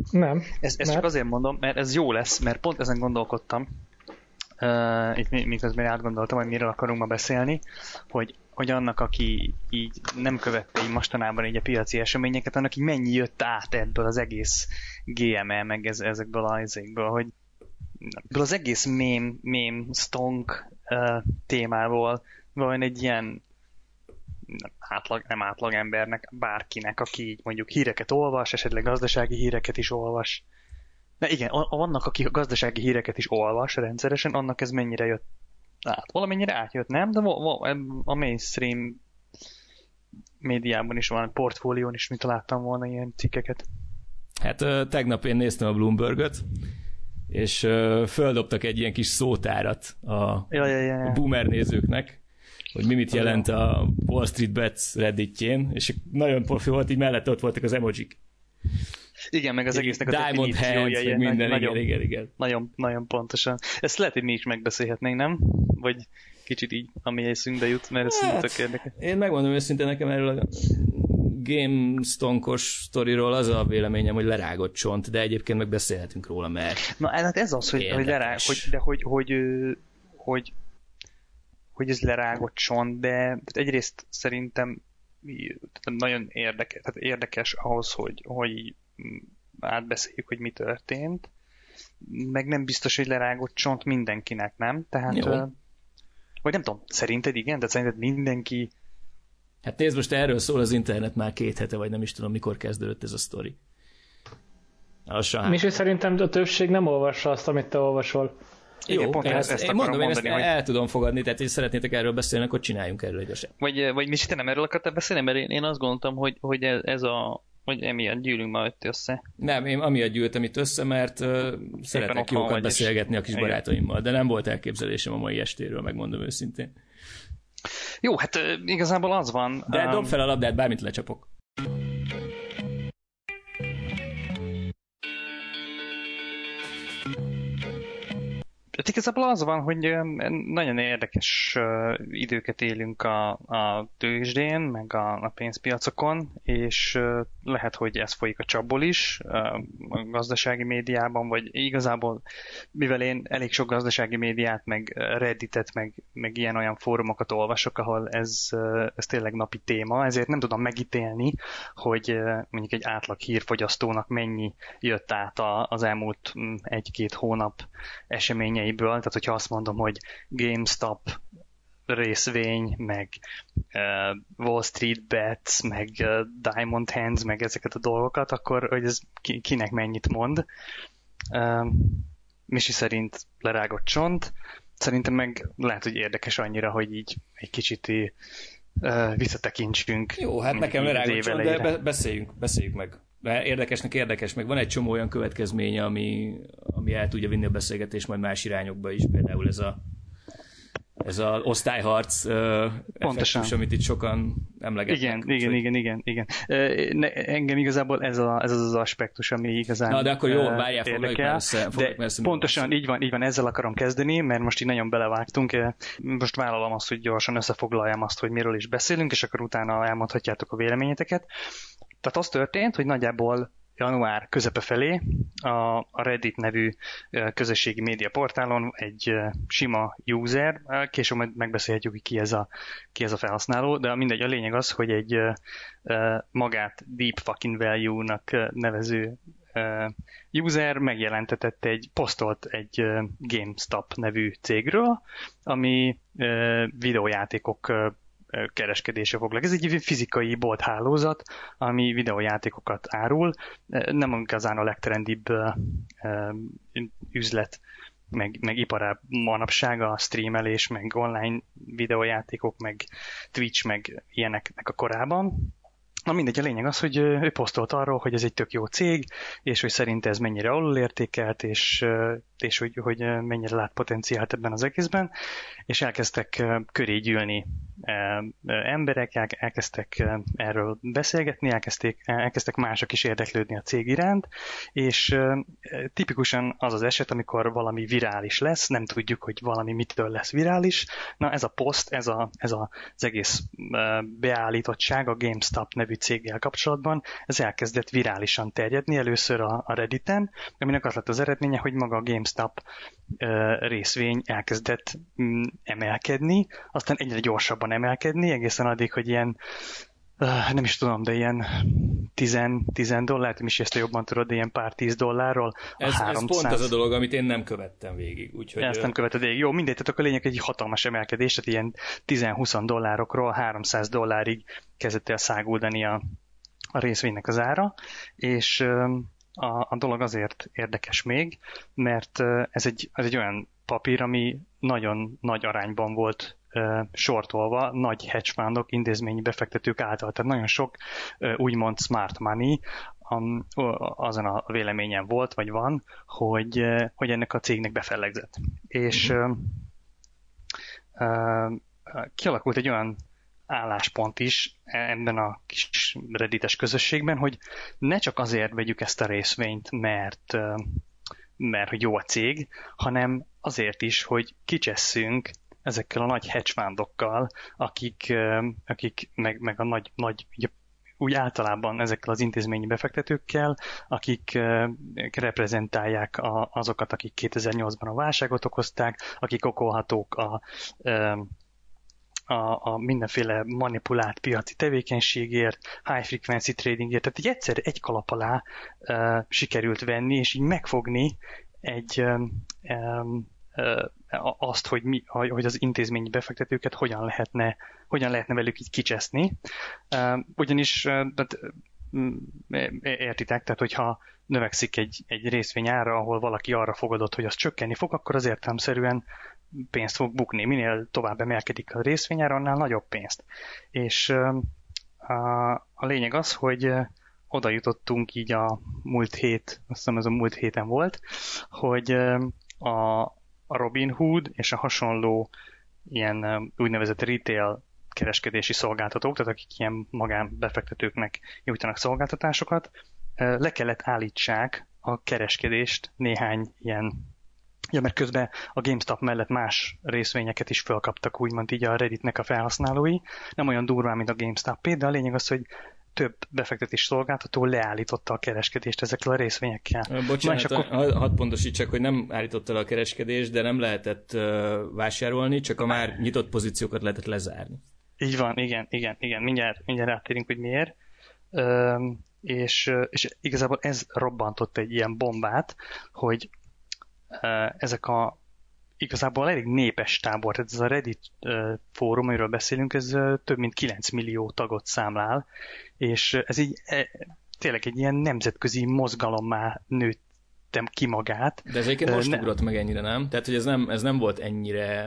Nem. Ezt csak azért mondom, mert ez jó lesz, mert pont ezen gondolkodtam, itt miközben átgondoltam, hogy miről akarunk ma beszélni, hogy annak, aki így nem követte így mostanában így a piaci eseményeket, annak így mennyi jött át ebből az egész GME, meg ezekből a izékből, hogy ebből az egész meme stonk témából van egy ilyen nem átlag embernek, bárkinek, aki így mondjuk híreket olvas, esetleg gazdasági híreket is olvas. De igen, annak, aki gazdasági híreket is olvas rendszeresen, annak ez mennyire jött át. Valamennyire átjött, nem? De a mainstream médiában is van, portfólión is, mint találtam volna ilyen cikkeket. Hát tegnap én néztem a Bloomberg-öt, és földobtak egy ilyen kis szótárat a boomer nézőknek, hogy mit jelent a Wall Street Bets Redditjén, és nagyon profi volt, így mellette ott voltak az emojik. Igen, meg az egésznek a Diamond Hands, meg minden, igen. Nagyon, nagyon pontosan. Ezt lehet, hogy mi is megbeszélhetnénk, nem? Vagy kicsit így, ami eszünkbe jut, mert ez tök érdekes. Én megmondom őszintén, nekem erről a GameStonkos sztoriról az a véleményem, hogy lerágott csont, de egyébként meg beszélhetünk róla, mert na, hát ez az, hogy ez lerágott csont, de egyrészt szerintem nagyon érdekes ahhoz, hogy átbeszéljük, hogy mi történt, meg nem biztos, hogy lerágott csont mindenkinek, nem? Tehát, vagy nem tudom, szerinted igen? Tehát szerinted mindenki... Hát nézd, most erről szól az internet már 2 hete, vagy nem is tudom, mikor kezdődött ez a sztori. Misi, szerintem a többség nem olvassa azt, amit te olvasol. Jó, igen, pont ezt én mondom, én ezt el tudom fogadni, tehát hogy szeretnétek erről beszélni, akkor csináljunk erről egy eset. Vagy Misi, te nem erről akartál beszélni, mert én azt gondoltam, hogy ez a hogy emiatt gyűlünk ma itt össze. Nem, én amiatt gyűltem itt össze, mert szeretek jókat beszélgetni a kis barátaimmal, de nem volt elképzelésem a mai estéről, megmondom őszintén. Jó, hát igazából az van. De dob fel a labdát, bármit lecsapok. Igazából az van, hogy nagyon érdekes időket élünk a tőzsdén, meg a pénzpiacokon, és lehet, hogy ez folyik a csapból is, a gazdasági médiában, vagy igazából, mivel én elég sok gazdasági médiát, meg Redditet, meg ilyen-olyan fórumokat olvasok, ahol ez tényleg napi téma, ezért nem tudom megítélni, hogy mondjuk egy átlag hírfogyasztónak mennyi jött át az elmúlt 1-2 hónap eseményeiből. Tehát, hogyha azt mondom, hogy GameStop részvény, meg Wall Street Bets, meg Diamond Hands, meg ezeket a dolgokat, akkor hogy ez kinek mennyit mond. Misi szerint lerágott csont, szerintem meg lehet, hogy érdekes annyira, hogy így egy kicsit visszatekintsünk. Jó, hát nekem lerágott csont, de beszéljünk meg. Mert érdekes, meg van egy csomó olyan következménye, ami el tudja vinni a beszélgetést majd más irányokba is, például ez az osztályharc effektus, amit itt sokan emlegetnek. Igen. Engem igazából ez az aspektus, ami igazán na, de akkor jó, várjál, foglaljuk már össze. Pontosan így van, ezzel akarom kezdeni, mert most így nagyon belevágtunk. Most vállalom azt, hogy gyorsan összefoglaljam azt, hogy miről is beszélünk, és akkor utána elmondhatjátok a véleményeteket. Tehát az történt, hogy nagyjából január közepe felé a Reddit nevű közösségi médiaportálon egy sima user, később majd megbeszélhetjük, hogy ki ez a felhasználó, de mindegy, a lényeg az, hogy egy magát Deep Fucking Value-nak nevező user megjelentetett posztolt egy GameStop nevű cégről, ami videójátékok kereskedése foglalkozik. Ez egy fizikai bolthálózat, ami videójátékokat árul. Nem igazán a legtrendibb üzlet, meg iparág manapság a streamelés, meg online videójátékok, meg Twitch, meg ilyeneknek a korában. Na mindegy, a lényeg az, hogy ő posztolt arról, hogy ez egy tök jó cég, és hogy szerint ez mennyire alulértékelt, és hogy mennyire lát potenciált ebben az egészben, és elkezdtek köré gyűlni emberek elkezdtek erről beszélgetni, elkezdtek mások is érdeklődni a cég iránt, és tipikusan az az eset, amikor valami virális lesz, nem tudjuk, hogy valami mitől lesz virális. Na ez a poszt, ez az egész beállítottság a GameStop nevű céggel kapcsolatban, ez elkezdett virálisan terjedni, először a Redditen, aminek az lett az eredménye, hogy maga a GameStop részvény elkezdett emelkedni, aztán egyre gyorsabban emelkedni, egészen addig, hogy ilyen, nem is tudom, de ilyen $10, nem is ezt jobban tudod, de ilyen pár $10 ez pont az a dolog, amit én nem követtem végig. Úgyhogy ezt nem követed végig. Jó, mindegy, tehát a lényeg egy hatalmas emelkedés, tehát ilyen $10-20 $300 kezdett el száguldani a részvénynek az ára, és a dolog azért érdekes még, mert ez egy olyan papír, ami nagyon nagy arányban volt sortolva nagy hedge fundok, intézményi befektetők által. Tehát nagyon sok úgymond smart money azon a véleményen volt, vagy van, hogy ennek a cégnek befellegzett. És kialakult egy olyan álláspont is ebben a kis reddites közösségben, hogy ne csak azért vegyük ezt a részvényt, mert hogy jó a cég, hanem azért is, hogy kicsesszünk ezekkel a nagy hedge fundokkal, akik meg a nagy úgy általában ezekkel az intézményi befektetőkkel, akik reprezentálják azokat, akik 2008-ban a válságot okozták, akik okolhatók a mindenféle manipulált piaci tevékenységért, high frequency tradingért, tehát egyszer egy kalap alá sikerült venni, és így megfogni azt, hogy az intézményi befektetőket hogyan lehetne velük így kicseszni. Ugyanis értitek, tehát hogyha növekszik egy részvény ára, ahol valaki arra fogadott, hogy az csökkenni fog, akkor az értelemszerűen pénzt fog bukni. Minél tovább emelkedik a részvényára, annál nagyobb pénzt. És a lényeg az, hogy oda jutottunk így a múlt hét, azt hiszem ez a múlt héten volt, hogy a Robinhood és a hasonló ilyen úgynevezett retail kereskedési szolgáltatók, tehát akik ilyen magánbefektetőknek nyújtanak szolgáltatásokat, le kellett állítsák a kereskedést néhány ilyen, mert közben a GameStop mellett más részvényeket is felkaptak, úgymond így a Redditnek a felhasználói, nem olyan durván, mint a GameStop, de a lényeg az, hogy több befektetés szolgáltató leállította a kereskedést ezekkel a részvényekkel. Bocsánat, hadd pontosítsak, hogy nem állította le a kereskedést, de nem lehetett vásárolni, csak a már nyitott pozíciókat lehetett lezárni. Így van, igen, mindjárt rátérünk, hogy miért. És igazából ez robbantott egy ilyen bombát, hogy ezek igazából elég népes tábor, tehát ez a Reddit fórum, amiről beszélünk, ez több mint 9 millió tagot számlál, és ez így tényleg egy ilyen nemzetközi mozgalommá nőttem ki magát. De ez egyébként most ugrott meg ennyire, nem? Tehát, hogy ez nem volt ennyire...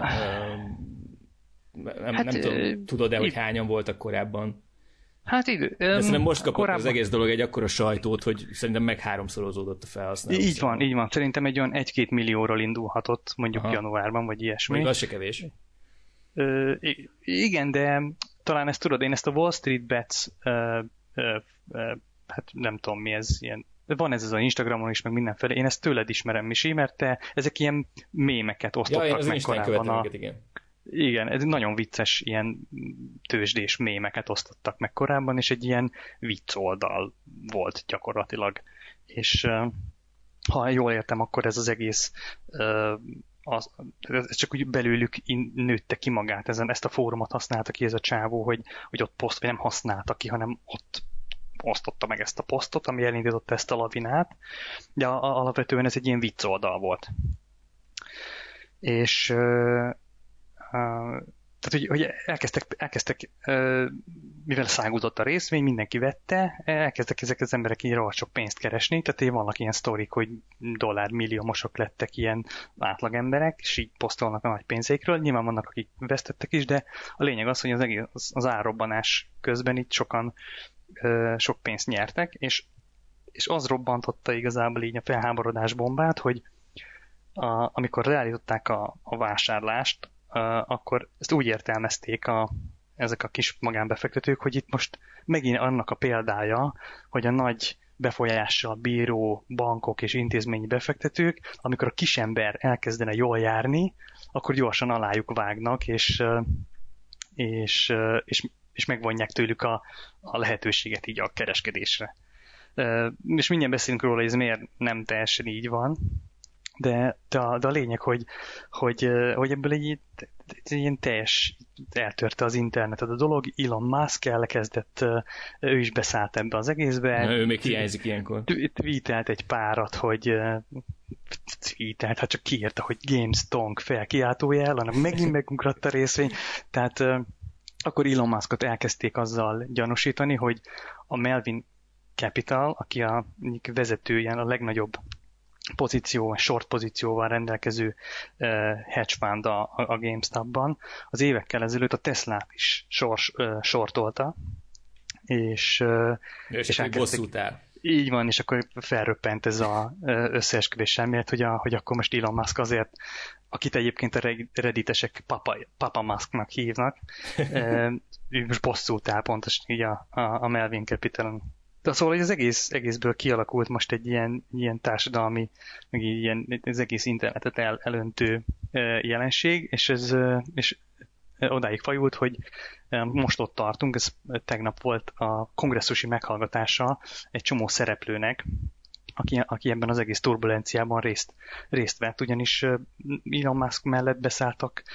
nem tudom, tudod-e, hogy hányan voltak korábban? Hát de szerintem most kapott korábban... az egész dolog egy akkora sajtót, hogy szerintem meg háromszorozódott a felhasználó. Így van. Szerintem egy olyan 1-2 millióról indulhatott mondjuk januárban, vagy ilyesmi. Még az se kevés. Igen, de talán ezt tudod, én ezt a Wall Street Bets hát nem tudom mi ez, ilyen, van ez az Instagramon is, meg mindenféle, én ezt tőled ismerem, Misi, mert te ezek ilyen mémeket osztottak meg korábban. Igen, ez nagyon vicces ilyen tőzsdés mémeket osztottak meg korábban, és egy ilyen vicc oldal volt gyakorlatilag. És ha jól értem, akkor ez az egész ez csak úgy belőlük nőtte ki magát, ezt a fórumot használta ki ez a csávó, hogy ott poszt, vagy nem használta ki, hanem ott osztotta meg ezt a posztot, ami elindította ezt a lavinát, de alapvetően ez egy ilyen vicc oldal volt. És tehát, hogy elkezdtek mivel száguldott a részvény, mindenki vette, elkezdtek ezek az emberek így rohadt sok pénzt keresni, tehát vannak ilyen sztorik, hogy dollármilliómosok lettek ilyen átlag emberek, és így posztolnak a nagy pénzékről. Nyilván vannak, akik vesztettek is, de a lényeg az, hogy az árrobbanás közben itt sokan sok pénzt nyertek, és az robbantotta igazából így a felháborodás bombát, hogy amikor leállították a vásárlást, akkor ezt úgy értelmezték ezek a kis magánbefektetők, hogy itt most megint annak a példája, hogy a nagy befolyással bíró bankok és intézményi befektetők, amikor a kisember elkezdene jól járni, akkor gyorsan alájuk vágnak, és megvonják tőlük a lehetőséget így a kereskedésre. És mindjárt beszélünk róla, hogy ez miért nem teljesen így van, de a lényeg, hogy ebből egy ilyen teljes eltörte az internetet a dolog. Elon Musk elkezdett, ő is beszállt ebbe az egészbe. Ő még hiányzik ilyenkor. Tweetelt egy párat, hogy hát csak kiírta, hogy GameStonk felkiáltójel, hanem megint megugrott a részvény. Tehát akkor Elon Muskot elkezdték azzal gyanúsítani, hogy a Melvin Capital, aki a vezetője, a legnagyobb short pozícióval rendelkező hedge fund a GameStop-ban, az évekkel ezelőtt a Teslát is shortolta, és bosszút áll. Így van, és akkor felröppent ez az összeesküvés elmélet, hogy akkor most Elon Musk azért, akit egyébként a redditesek Papa Musknak hívnak, ő most bosszút áll pontosan így a Melvin Capitalon. De szóval az egészből kialakult most egy ilyen társadalmi, meg ilyen az egész internetet elöntő jelenség, és odáig fajult, hogy most ott tartunk, ez tegnap volt a kongresszusi meghallgatása egy csomó szereplőnek, aki ebben az egész turbulenciában részt vett, ugyanis Elon Musk mellett beszálltak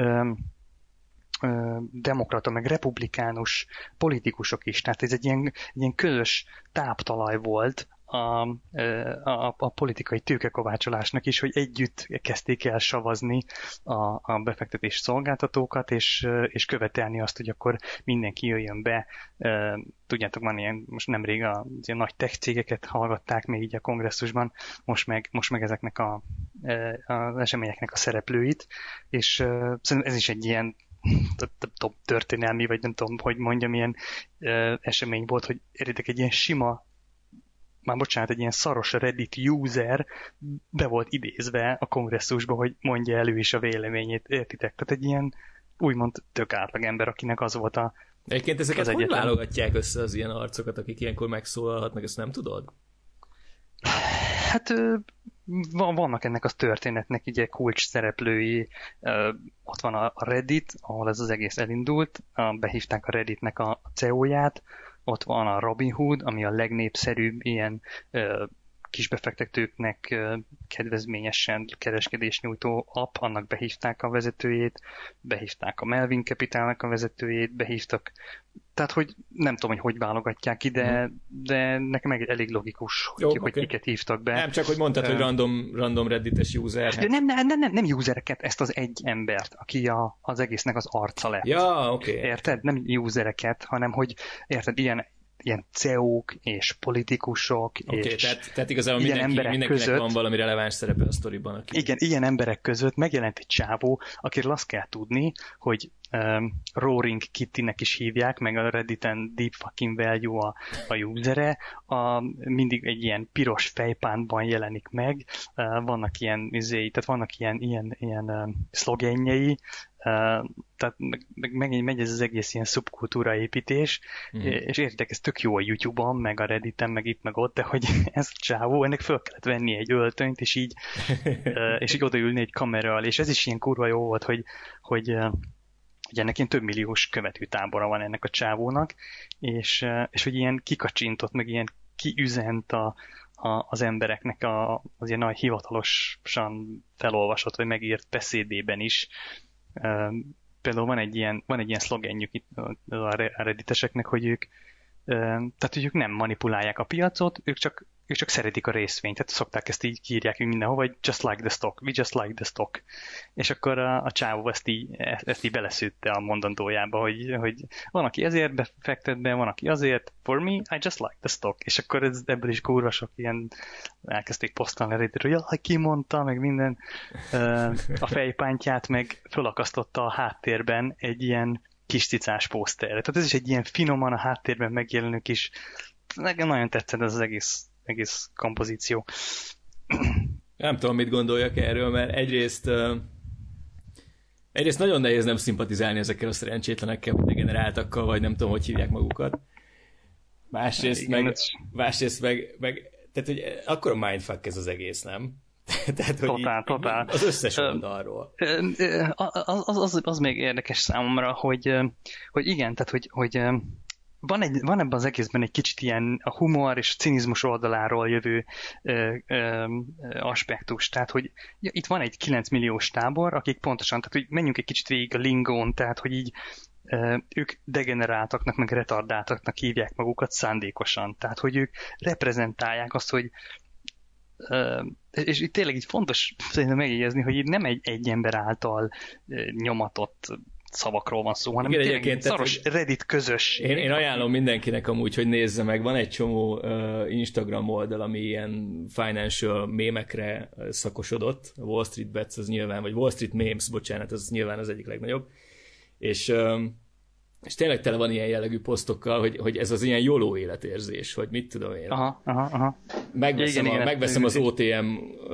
demokrata, meg republikánus politikusok is. Tehát ez egy ilyen közös táptalaj volt a politikai tőkekovácsolásnak is, hogy együtt kezdték el savazni a befektetés szolgáltatókat, és követelni azt, hogy akkor mindenki jöjjön be. Tudjátok, van ilyen, most nemrég az ilyen nagy tech cégeket hallgatták még így a kongresszusban, most meg ezeknek az eseményeknek a szereplőit, és szerintem ez is egy ilyen történelmi, vagy nem tudom, hogy mondjam, ilyen esemény volt, hogy érjétek egy ilyen sima, egy ilyen szaros Reddit user be volt idézve a kongresszusba, hogy mondja elő is a véleményét, értitek? Tehát egy ilyen úgymond tök átlag ember, akinek az volt a Egyébként ezeket hogy válogatják össze az ilyen arcokat, akik ilyenkor megszólalhatnak, ezt nem tudod? Hát vannak ennek a történetnek ugye kulcs szereplői, ott van a Reddit, ahol ez az egész elindult, behívták a Redditnek a CEO-ját, ott van a Robinhood, ami a legnépszerűbb ilyen kisbefektetőknek kedvezményesen kereskedésnyújtó app, annak behívták a vezetőjét, behívták a Melvin Capitalnak a vezetőjét, behívtak. Tehát, hogy nem tudom, hogy válogatják ki, de nekem elég logikus, hogy kiket hívtak be. Nem, csak hogy mondtad, hogy random reddites user. Hát. Nem usereket, ezt az egy embert, aki az egésznek az arca lett. Ja, oké. Érted? Nem usereket, hanem hogy érted, ilyen CEO-k és politikusok és tehát igazából mindenkinek között, van valami releváns szerepe a sztoriban. Igen, ilyen emberek között megjelent egy csávó, akiről azt kell tudni, hogy Roaring Kittynek is hívják, meg a Redditen Deep Fucking Value a usere, mindig egy ilyen piros fejpántban jelenik meg, vannak ilyen szlogenjei, tehát megy ez az egész ilyen szubkultúra építés, és értitek, ez tök jó a YouTube-on, meg a Redditen, meg itt, meg ott, de hogy ez a csávó, ennek föl kellett venni egy öltönyt, és így odaülni egy kamera alá, és ez is ilyen kurva jó volt, hogy ennek ilyen több milliós követőtábora van ennek a csávónak, és hogy ilyen kikacsintott, meg ilyen kiüzent az embereknek az ilyen nagy hivatalosan felolvasott, vagy megírt beszédében is. Például van egy ilyen szlogenjük itt a redditeseknek, hogy ők nem manipulálják a piacot, ők csak szeretik a részvényt, tehát szokták ezt így kiírják mindenhol, vagy just like the stock, we just like the stock. És akkor a csávó ezt így beleszűtte a mondandójába, hogy van, aki ezért befektet be, van, aki azért, for me, I just like the stock. És akkor ebből is kurva sok ilyen elkezdték posztolni a Redditre, hogy ki mondta, meg minden a fejpántját, meg fölakasztotta a háttérben egy ilyen kis cicás poszterre. Tehát ez is egy ilyen finoman a háttérben megjelenő kis, nekem nagyon tetszett ez az egész kompozíció. Nem tudom, mit gondoljak erről, mert egyrészt Egyrészt nagyon nehéz nem szimpatizálni ezekkel a szerencsétlenekkel, vagy degeneráltakkal, vagy nem tudom, hogy hívják magukat. Másrészt meg tehát, hogy akkora mindfuck ez az egész, nem? Tehát, hogy totál. Az összes oldalról. Az még érdekes számomra, hogy igen, tehát, hogy van ebben az egészben egy kicsit ilyen a humor és a cinizmus oldaláról jövő aspektus. Tehát, hogy itt van egy 9 milliós tábor, akik pontosan, tehát, hogy menjünk egy kicsit végig a lingón, tehát, hogy így ők degeneráltaknak, meg retardáltaknak hívják magukat szándékosan. Tehát, hogy ők reprezentálják azt, hogy és itt tényleg így fontos szerintem megjegyezni, hogy itt nem egy ember által nyomatott szavakról van szó, hanem tényleg egy szaros Reddit közösség. Én ajánlom mindenkinek amúgy, hogy nézze meg. Van egy csomó Instagram oldal, ami ilyen financial mémekre szakosodott. A Wall Street Bets az nyilván, vagy Wall Street Memes, bocsánat, az nyilván az egyik legnagyobb. És tényleg tele van ilyen jellegű posztokkal, hogy ez az ilyen YOLO életérzés, hogy mit tudom én. Aha. Megveszem az OTM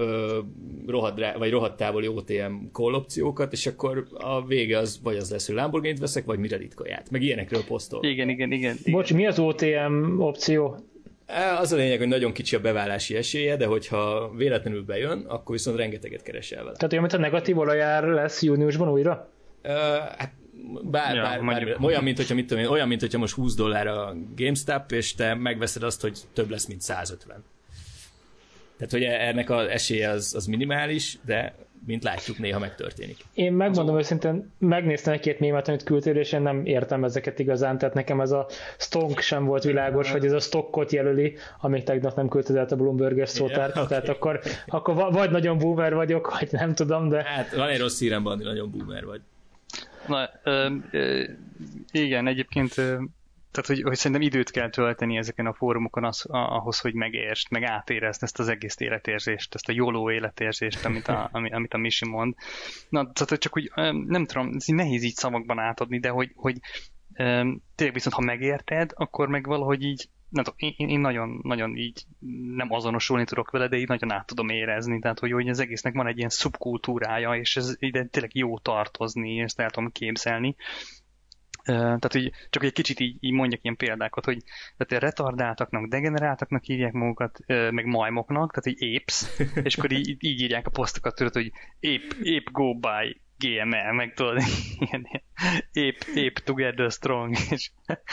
rohadt távoli OTM call opciókat, és akkor a vége az vagy az lesz, hogy Lamborghini-t veszek, vagy Miredit kaját. Meg ilyenekről posztol. Igen. Bocs, mi az OTM opció? Az a lényeg, hogy nagyon kicsi a beválási esélye, de hogyha véletlenül bejön, akkor viszont rengeteget keresel vele. Tehát olyan, mint a negatív olajár lesz júniusban újra? Hát olyan, mint hogyha, mit tudom én, olyan, mint hogyha most $20 a GameStop, és te megveszed azt, hogy több lesz, mint 150. Tehát, hogy ennek az esélye az minimális, de mint látjuk, néha megtörténik. Én megmondom őszintén, megnéztem egy-két mémet, amit küldtél, és én nem értem ezeket igazán, tehát nekem ez a stonk sem volt világos, hogy ez a stockot jelöli, amíg tegnap nem küldted el a Bloomberg-es szótárt, okay. Tehát akkor vagy nagyon boomer vagyok, vagy nem tudom, de... Hát van egy rossz hírem, Bandi, nagyon boomer vagy. Na, igen, egyébként tehát, hogy szerintem időt kell tölteni ezeken a fórumokon ahhoz, hogy megértsd, meg átérezd ezt az egész életérzést, ezt a YOLO életérzést, amit a Misi mond. Na, tehát csak úgy, nem tudom, ez nehéz így szavakban átadni, de hogy tényleg viszont, ha megérted, akkor meg valahogy így, nem tudom, én nagyon így nem azonosulni tudok vele, de így nagyon át tudom érezni, tehát hogy az egésznek van egy ilyen szubkultúrája, és ez ide tényleg jó tartozni, és ezt el tudom képzelni. Tehát, hogy csak egy kicsit így mondjak ilyen példákat, hogy tehát retardáltaknak, degeneráltaknak hívják magukat, meg majmoknak, tehát így apes, és akkor így írják a posztokat, tudod, hogy ape go by GML, meg tudod, ilyen ape together strong, és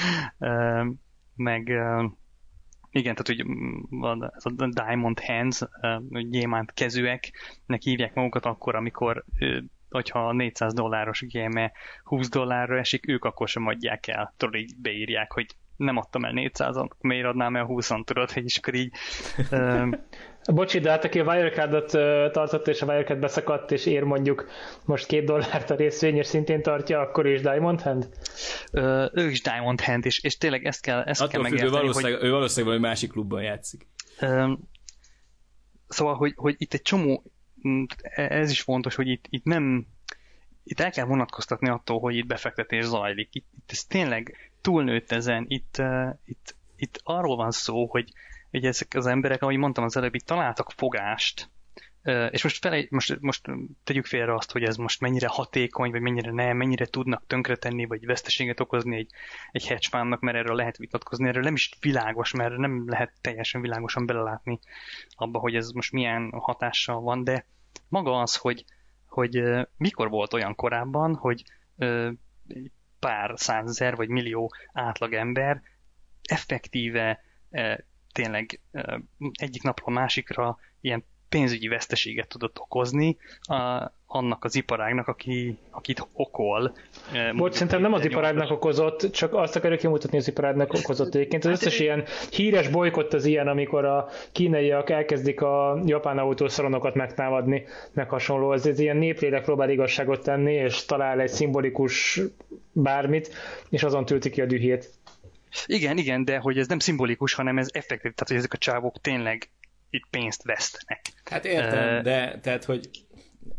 meg igen, tehát hogy van ez a Diamond Hands, gyémánt kezűeknek hívják magukat akkor, amikor hogyha $400 GME $20 esik, ők akkor sem adják el. Tudod, így beírják, hogy nem adtam el 400-on, miért adnám el 20-on, tudod, és akkor így... Bocsi, de hát aki a Wirecard-ot tartott, és a Wirecard beszakadt, és ér mondjuk most $2 a részvény, és szintén tartja, akkor is Diamond Hand? Ő is Diamond Hand, és tényleg ezt kell megérteni, ő valószínűleg valami másik klubban játszik. Szóval, hogy itt egy csomó, ez is fontos, hogy itt nem, itt el kell vonatkoztatni attól, hogy itt befektetés zajlik. Itt ez tényleg túlnőtt ezen. Itt arról van szó, hogy ezek az emberek, ahogy mondtam az előbb, itt találtak fogást, és most tegyük félre azt, hogy ez most mennyire hatékony, vagy mennyire nem, mennyire tudnak tönkretenni, vagy veszteséget okozni egy hedge fundnak, mert erről lehet vitatkozni, erről nem is világos, mert nem lehet teljesen világosan belelátni abba, hogy ez most milyen hatással van, de maga az, hogy mikor volt olyan korábban, hogy pár százezer vagy millió átlagember effektíve tényleg egyik napról másikra ilyen pénzügyi veszteséget tudott okozni annak az iparágnak, akit okol. Bocs, szerintem nem az iparágnak okozott, csak azt akarjuk kimutatni, az iparágnak okozott egyébként. Az összes ilyen híres bolykott az ilyen, amikor a kínaiak elkezdik a japán autószalonokat megtámadni, meg hasonló. Ez ilyen néplélek próbál igazságot tenni, és talál egy szimbolikus bármit, és azon tölti ki a dühét. Igen, de hogy ez nem szimbolikus, hanem ez effektív, tehát hogy ezek a csávok tényleg itt pénzt vesztenek. Hát értem, de tehát, hogy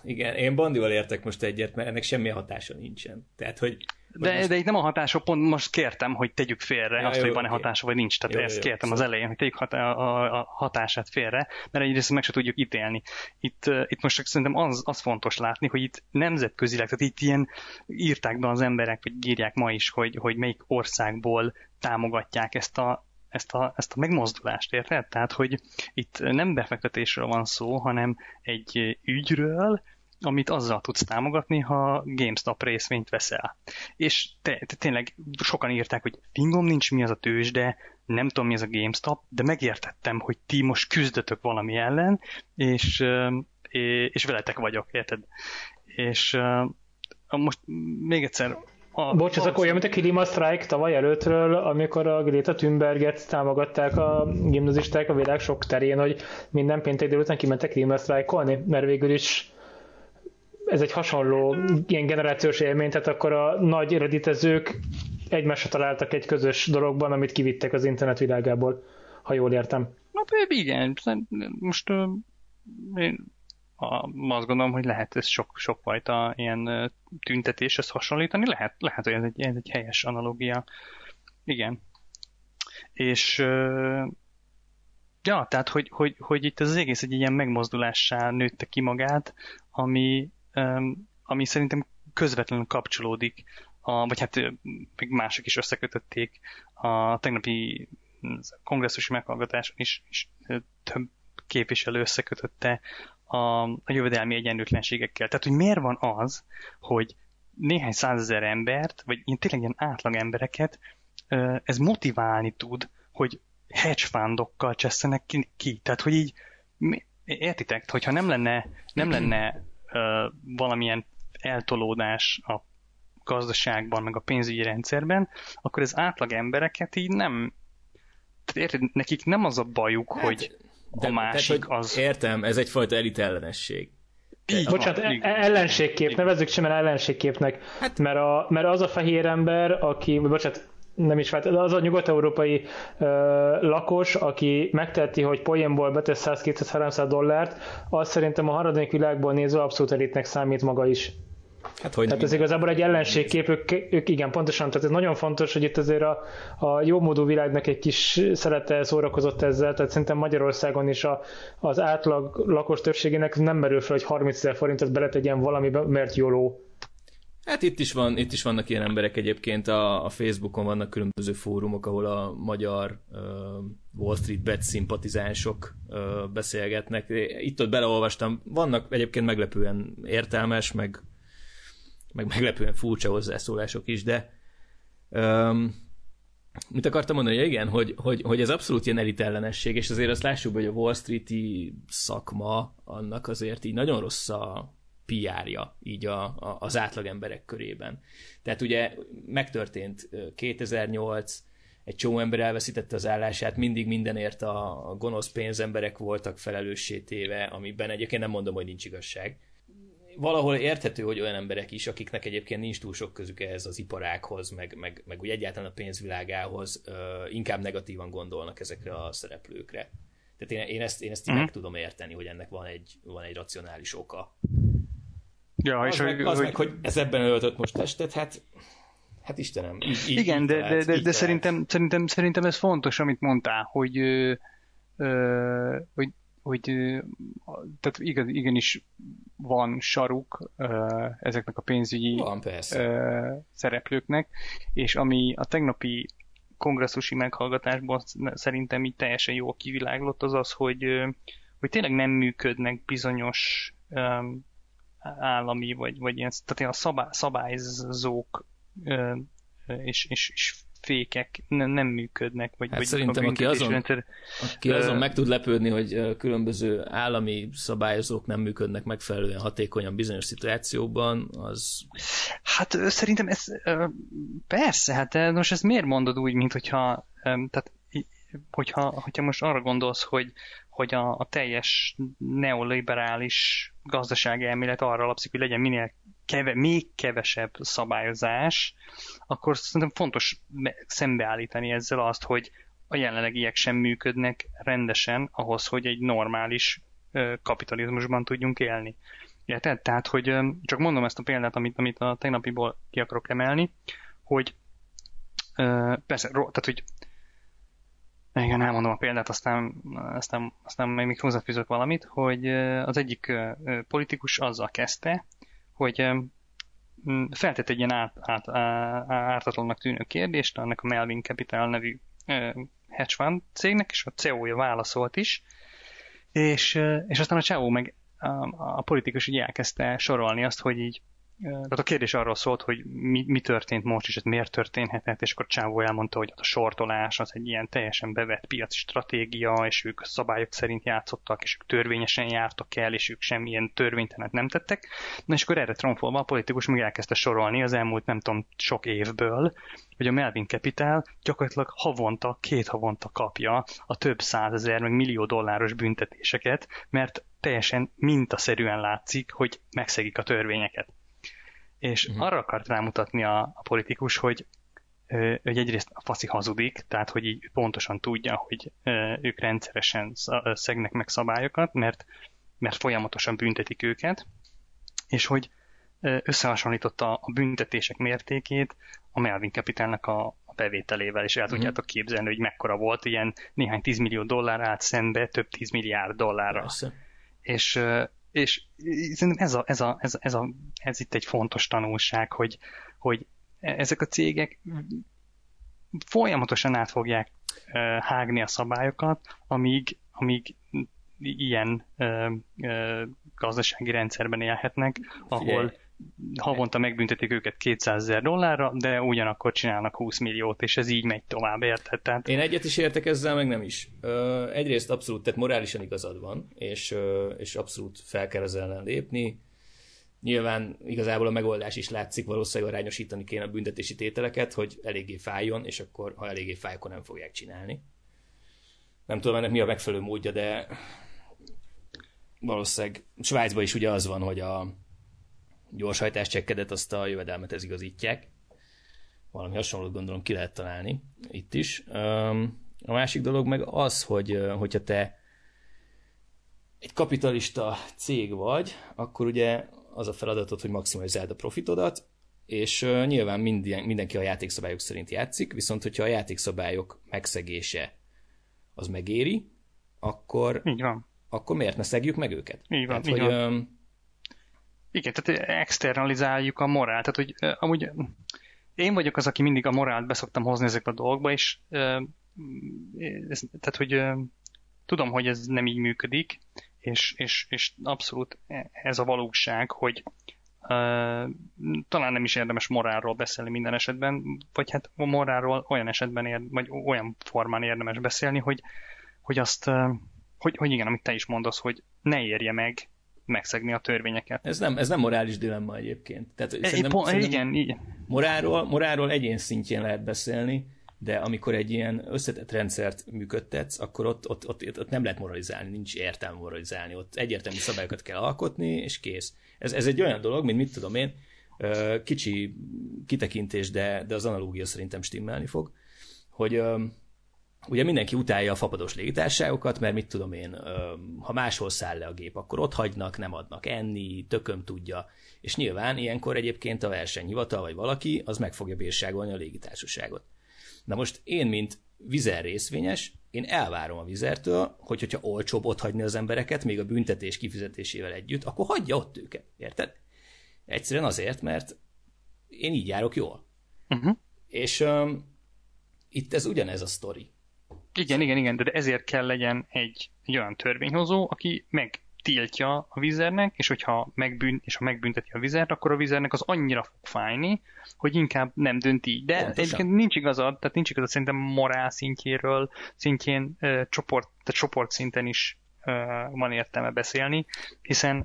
Igen, én Bandival értek most egyet, mert ennek semmi hatása nincsen. Tehát, hogy de itt nem a hatása, pont most kértem, hogy tegyük félre azt, hogy van-e hatása, vagy nincs. Tehát ezt kértem az elején, hogy tegyük a hatását félre, mert egyrészt meg se tudjuk ítélni. Itt most szerintem az fontos látni, hogy itt nemzetközileg, tehát itt ilyen írták be az emberek, vagy írják ma is, hogy melyik országból támogatják ezt a megmozdulást, érted? Tehát, hogy itt nem befektetésről van szó, hanem egy ügyről, amit azzal tudsz támogatni, ha GameStop részvényt veszel. És tényleg sokan írták, hogy fingom nincs mi az a tőzsde, nem tudom mi az a GameStop, de megértettem, hogy ti most küzdötök valami ellen, és veletek vagyok, érted? És most még egyszer... Bocs, ez akkor olyan, mint a Klima Strike tavaly előttről, amikor a Greta Thunberget támogatták a gimnazisták a világ sok terén, hogy minden péntek délután kimentek Klima Strike-olni, mert végül is ez egy hasonló ilyen generációs élmény, tehát akkor a nagy redditezők egymásra találtak egy közös dologban, amit kivittek az internet világából, ha jól értem. Na, igen, most én azt gondolom, hogy lehet ez sokfajta ilyen tüntetéshez hasonlítani, lehet, hogy ez egy helyes analógia. Igen. És ja, tehát, hogy itt az egész egy ilyen megmozdulássá nőtte ki magát, ami szerintem közvetlenül kapcsolódik, vagy hát még mások is összekötötték a tegnapi kongresszusi meghallgatáson is több képviselő összekötötte a jövedelmi egyenlőtlenségekkel. Tehát, hogy miért van az, hogy néhány százezer embert, vagy tényleg ilyen átlag embereket ez motiválni tud, hogy hedge fundokkal csesszenek ki. Tehát, hogy így, értitek, hogyha nem lenne valamilyen eltolódás a gazdaságban, meg a pénzügyi rendszerben, akkor az átlag embereket így nem... Érted, nekik nem az a bajuk, hogy a másik az... Értem, ez egyfajta elitellenesség. Bocsánat, ellenségkép, nevezzük sem el ellenségképnek, hát, mert az a fehér ember, aki, bocsánat, nem is vált, az a nyugat-európai lakos, aki megteheti, hogy poénból betesz 100-200-300 dollárt, az szerintem a harmadik világból nézve abszolút elitnek számít maga is. Hát, tehát ez igazából egy ellenségkép, ők igen, pontosan, tehát ez nagyon fontos, hogy itt azért a jómódú világnak egy kis szelete szórakozott ezzel, tehát szerintem Magyarországon is az átlag lakos többségének nem merül fel, hogy 30 000 forintot beletegyen valamibe, mert jóló. Hát itt is vannak ilyen emberek egyébként, a Facebookon vannak különböző fórumok, ahol a magyar Wall Street Bet szimpatizánsok beszélgetnek. Itt-ott beleolvastam, vannak egyébként meglepően értelmes, meg meglepően furcsa hozzászólások is, de mit akartam mondani, hogy igen, hogy ez abszolút ilyen elitellenesség, és azért azt lássuk, hogy a Wall Street-i szakma annak azért így nagyon rossz a PR-ja így az átlag emberek körében. Tehát ugye megtörtént 2008, egy csomó ember elveszítette az állását, mindig mindenért a gonosz pénzemberek voltak felelőssé téve, amiben egyébként nem mondom, hogy nincs igazság. Valahol érthető, hogy olyan emberek is, akiknek egyébként nincs túl sok közük ehhez az iparághoz, meg úgy egyáltalán a pénzvilágához, inkább negatívan gondolnak ezekre a szereplőkre. Tehát én ezt így meg tudom érteni, hogy ennek van egy racionális oka. Ja, az hogy ez ebben öltött most testet, hát Istenem. Igen, de szerintem ez fontos, amit mondtál, hogy tehát igenis van saruk ezeknek a pénzügyi szereplőknek, és ami a tegnapi kongresszusi meghallgatásban szerintem így teljesen jól kiviláglott, az, hogy tényleg nem működnek bizonyos állami, vagy ilyen, tehát ilyen szabályzók és fékek nem működnek. Vagy szerintem aki azon meg tud lepődni, hogy különböző állami szabályozók nem működnek megfelelően hatékonyan bizonyos szituációban, az... Hát szerintem ez persze, hát most ezt miért mondod úgy, mint hogyha tehát hogyha most arra gondolsz, hogy a teljes neoliberális gazdasági elmélet arra alapszik, hogy legyen minél még kevesebb szabályozás, akkor szerintem fontos szembeállítani ezzel azt, hogy a jelenlegiek sem működnek rendesen ahhoz, hogy egy normális kapitalizmusban tudjunk élni. Érted? Tehát, hogy csak mondom ezt a példát, amit a tegnapiból ki akarok emelni, hogy persze, tehát, hogy igen, elmondom a példát, aztán még hozzáfűzök valamit, hogy az egyik politikus azzal kezdte, hogy feltett egy ilyen ártatlannak tűnő kérdést annak a Melvin Capital nevű hedge fund cégnek, és a CEO-ja válaszolt is, és aztán a csávó meg a politikus így elkezdte sorolni azt, hogy így, tehát a kérdés arról szólt, hogy mi történt most, és ez miért történhetett, és akkor Csávó elmondta, hogy a sortolás az egy ilyen teljesen bevett piaci stratégia, és ők szabályok szerint játszottak, és ők törvényesen jártak el, és ők semmilyen törvénytelenet nem tettek. Na és akkor erre tromfolva a politikus meg elkezdte sorolni az elmúlt, nem tudom, sok évből, hogy a Melvin Capital gyakorlatilag két havonta kapja a több százezer, meg millió dolláros büntetéseket, mert teljesen mintaszerűen látszik, hogy megszegik a törvényeket. És arra akart rámutatni a politikus, hogy egyrészt a faszi hazudik, tehát hogy így pontosan tudja, hogy ők rendszeresen szegnek meg szabályokat, mert folyamatosan büntetik őket, és hogy összehasonlította a büntetések mértékét a Melvin Capitalnak a bevételével, és el tudjátok képzelni, hogy mekkora volt, ilyen néhány 10 millió dollár állt szembe több 10 milliárd dollárra. És szerintem ez itt egy fontos tanulság, hogy ezek a cégek folyamatosan át fogják hágni a szabályokat, amíg ilyen gazdasági rendszerben élhetnek, ahol havonta megbüntetik őket $200,000, de ugyanakkor csinálnak 20 milliót, és ez így megy tovább, érted? Tehát... Én egyet is értek ezzel, meg nem is. Egyrészt abszolút, tehát morálisan igazad van, és abszolút fel kell ezzel ellen lépni. Nyilván igazából a megoldás is látszik, valószínűleg arányosítani kéne a büntetési tételeket, hogy eléggé fájjon, és akkor, ha eléggé fáj, akkor nem fogják csinálni. Nem tudom ennek mi a megfelelő módja, de valószínűleg Svájcban is ugye az van, hogy a gyorshajtáscheckedet, azt a jövedelmet igazítják. Valami hasonlót gondolom ki lehet találni itt is. A másik dolog meg az, hogyha te egy kapitalista cég vagy, akkor ugye az a feladatod, hogy maximalizáld a profitodat, és nyilván mindenki a játékszabályok szerint játszik, viszont hogyha a játékszabályok megszegése az megéri, akkor miért ne szegjük meg őket? Így van, tehát, így van. Igen, tehát externalizáljuk a morált. Tehát, hogy amúgy én vagyok az, aki mindig a morált beszoktam hozni ezekbe a dolgokba, és tehát, hogy tudom, hogy ez nem így működik, és abszolút ez a valóság, hogy talán nem is érdemes morálról beszélni minden esetben, vagy hát a morálról olyan esetben, vagy olyan formán érdemes beszélni, hogy azt, hogy igen, amit te is mondasz, hogy ne érje meg megszegni a törvényeket. Ez nem morális dilemma egyébként. Tehát igen. Morálról egyén szintjén lehet beszélni, de amikor egy ilyen összetett rendszert működtetsz, akkor ott nem lehet moralizálni, nincs értelme moralizálni. Ott egyértelmű szabályokat kell alkotni, és kész. Ez egy olyan dolog, mint mit tudom én, kicsi kitekintés, de az analógia szerintem stimmelni fog, hogy ugye mindenki utálja a fapados légitársaságokat, mert mit tudom én, ha máshol száll le a gép, akkor ott hagynak, nem adnak enni, tököm tudja, és nyilván ilyenkor egyébként a versenyhivatal vagy valaki, az meg fogja bírságolni a légitársaságot. Na most én, mint Vizer részvényes, én elvárom a Vizertől, hogyha olcsóbb ott hagyni az embereket, még a büntetés kifizetésével együtt, akkor hagyja ott őket, érted? Egyszerűen azért, mert én így járok jól. És itt ez ugyanez a sztori. Igen, de ezért kell legyen egy olyan törvényhozó, aki megtiltja a Vizernek, és ha megbünteti a Vizert, akkor a Vizernek az annyira fog fájni, hogy inkább nem dönt így. De egyébként nincs igazad szerintem morál szintjén csoport szinten is van értelme beszélni, hiszen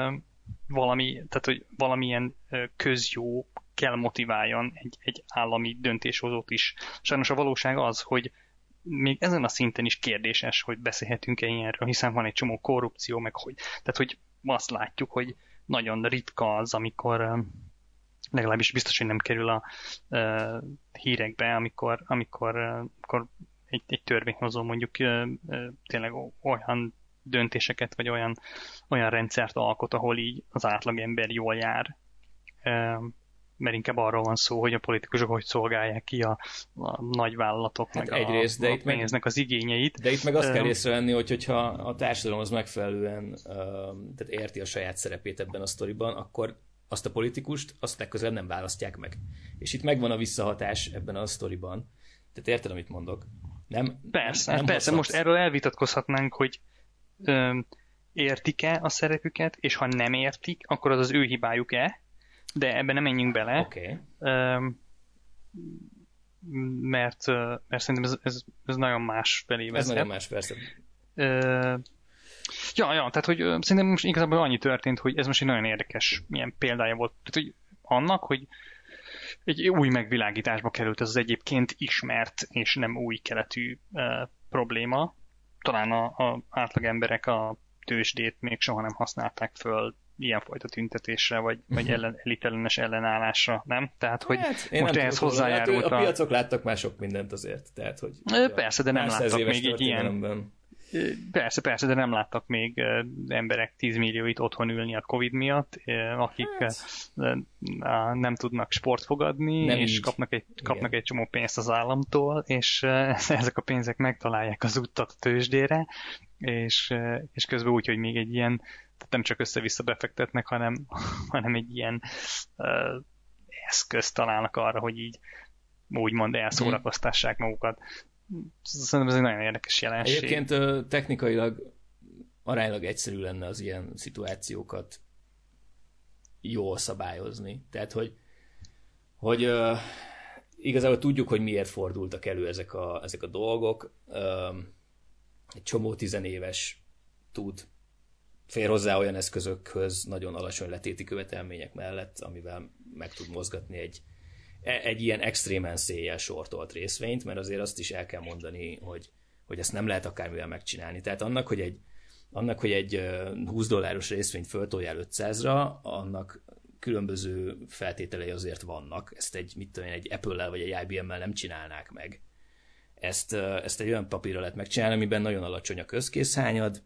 hogy valamilyen közjó kell motiváljon egy állami döntéshozót is. Sajnos a valóság az, hogy még ezen a szinten is kérdéses, hogy beszélhetünk-e ilyenről, hiszen van egy csomó korrupció, meg hogy azt látjuk, hogy nagyon ritka az, amikor legalábbis biztos, hogy nem kerül a hírekbe, amikor egy törvényhozó mondjuk tényleg olyan döntéseket, vagy olyan rendszert alkot, ahol így az átlagember jól jár. Mert inkább arról van szó, hogy a politikusok hogy szolgálják ki a nagyvállalatoknak egyrészt, a pénznek az igényeit. De itt meg azt kell észrevenni, hogyha a társadalom az megfelelően tehát érti a saját szerepét ebben a sztoriban, akkor azt a politikust, azt legközelebb nem választják meg. És itt megvan a visszahatás ebben a sztoriban. Tehát érted, amit mondok? Persze. Most erről elvitatkozhatnánk, hogy értik-e a szerepüket, és ha nem értik, akkor az ő hibájuk-e, de ebben nem menjünk bele. Okay. Mert szerintem ez nagyon más felé vezet. Ez nagyon más, persze. Tehát hogy szerintem most igazából annyi történt, hogy ez most egy nagyon érdekes milyen példája volt. Tehát, hogy annak, hogy egy új megvilágításba került ez az egyébként ismert és nem új keletű probléma. Talán a átlag emberek a tőzsdét még soha nem használták föl ilyenfajta tüntetésre, vagy elitellenes ellenállásra, nem? Tehát, hogy most ehhez hozzájárult a piacok láttak már sok mindent azért. Tehát, hogy persze, de nem láttak még egy ilyen... Persze, de nem láttak még emberek 10 millióit otthon ülni a Covid miatt, akik nem tudnak sport fogadni, nem és kapnak egy csomó pénzt az államtól, és ezek a pénzek megtalálják az utat a tőzsdére, és közben úgy, hogy még egy ilyen, nem csak össze-vissza befektetnek, hanem egy ilyen eszközt találnak arra, hogy így úgymond elszórakoztassák magukat. Szerintem ez egy nagyon érdekes jelenség. Egyébként technikailag aránylag egyszerű lenne az ilyen szituációkat jól szabályozni. Tehát, hogy igazából tudjuk, hogy miért fordultak elő ezek a dolgok. Egy csomó tizenéves fér hozzá olyan eszközökhöz nagyon alacsony letéti követelmények mellett, amivel meg tud mozgatni egy ilyen extrémen széjjel sortolt részvényt, mert azért azt is el kell mondani, hogy ezt nem lehet akármivel megcsinálni. Tehát annak, hogy egy $20 részvényt föltoljál 500-ra, annak különböző feltételei azért vannak. Ezt egy Apple-lel vagy egy IBM-mel nem csinálnák meg. Ezt egy olyan papírra lehet megcsinálni, amiben nagyon alacsony a közkészhányad,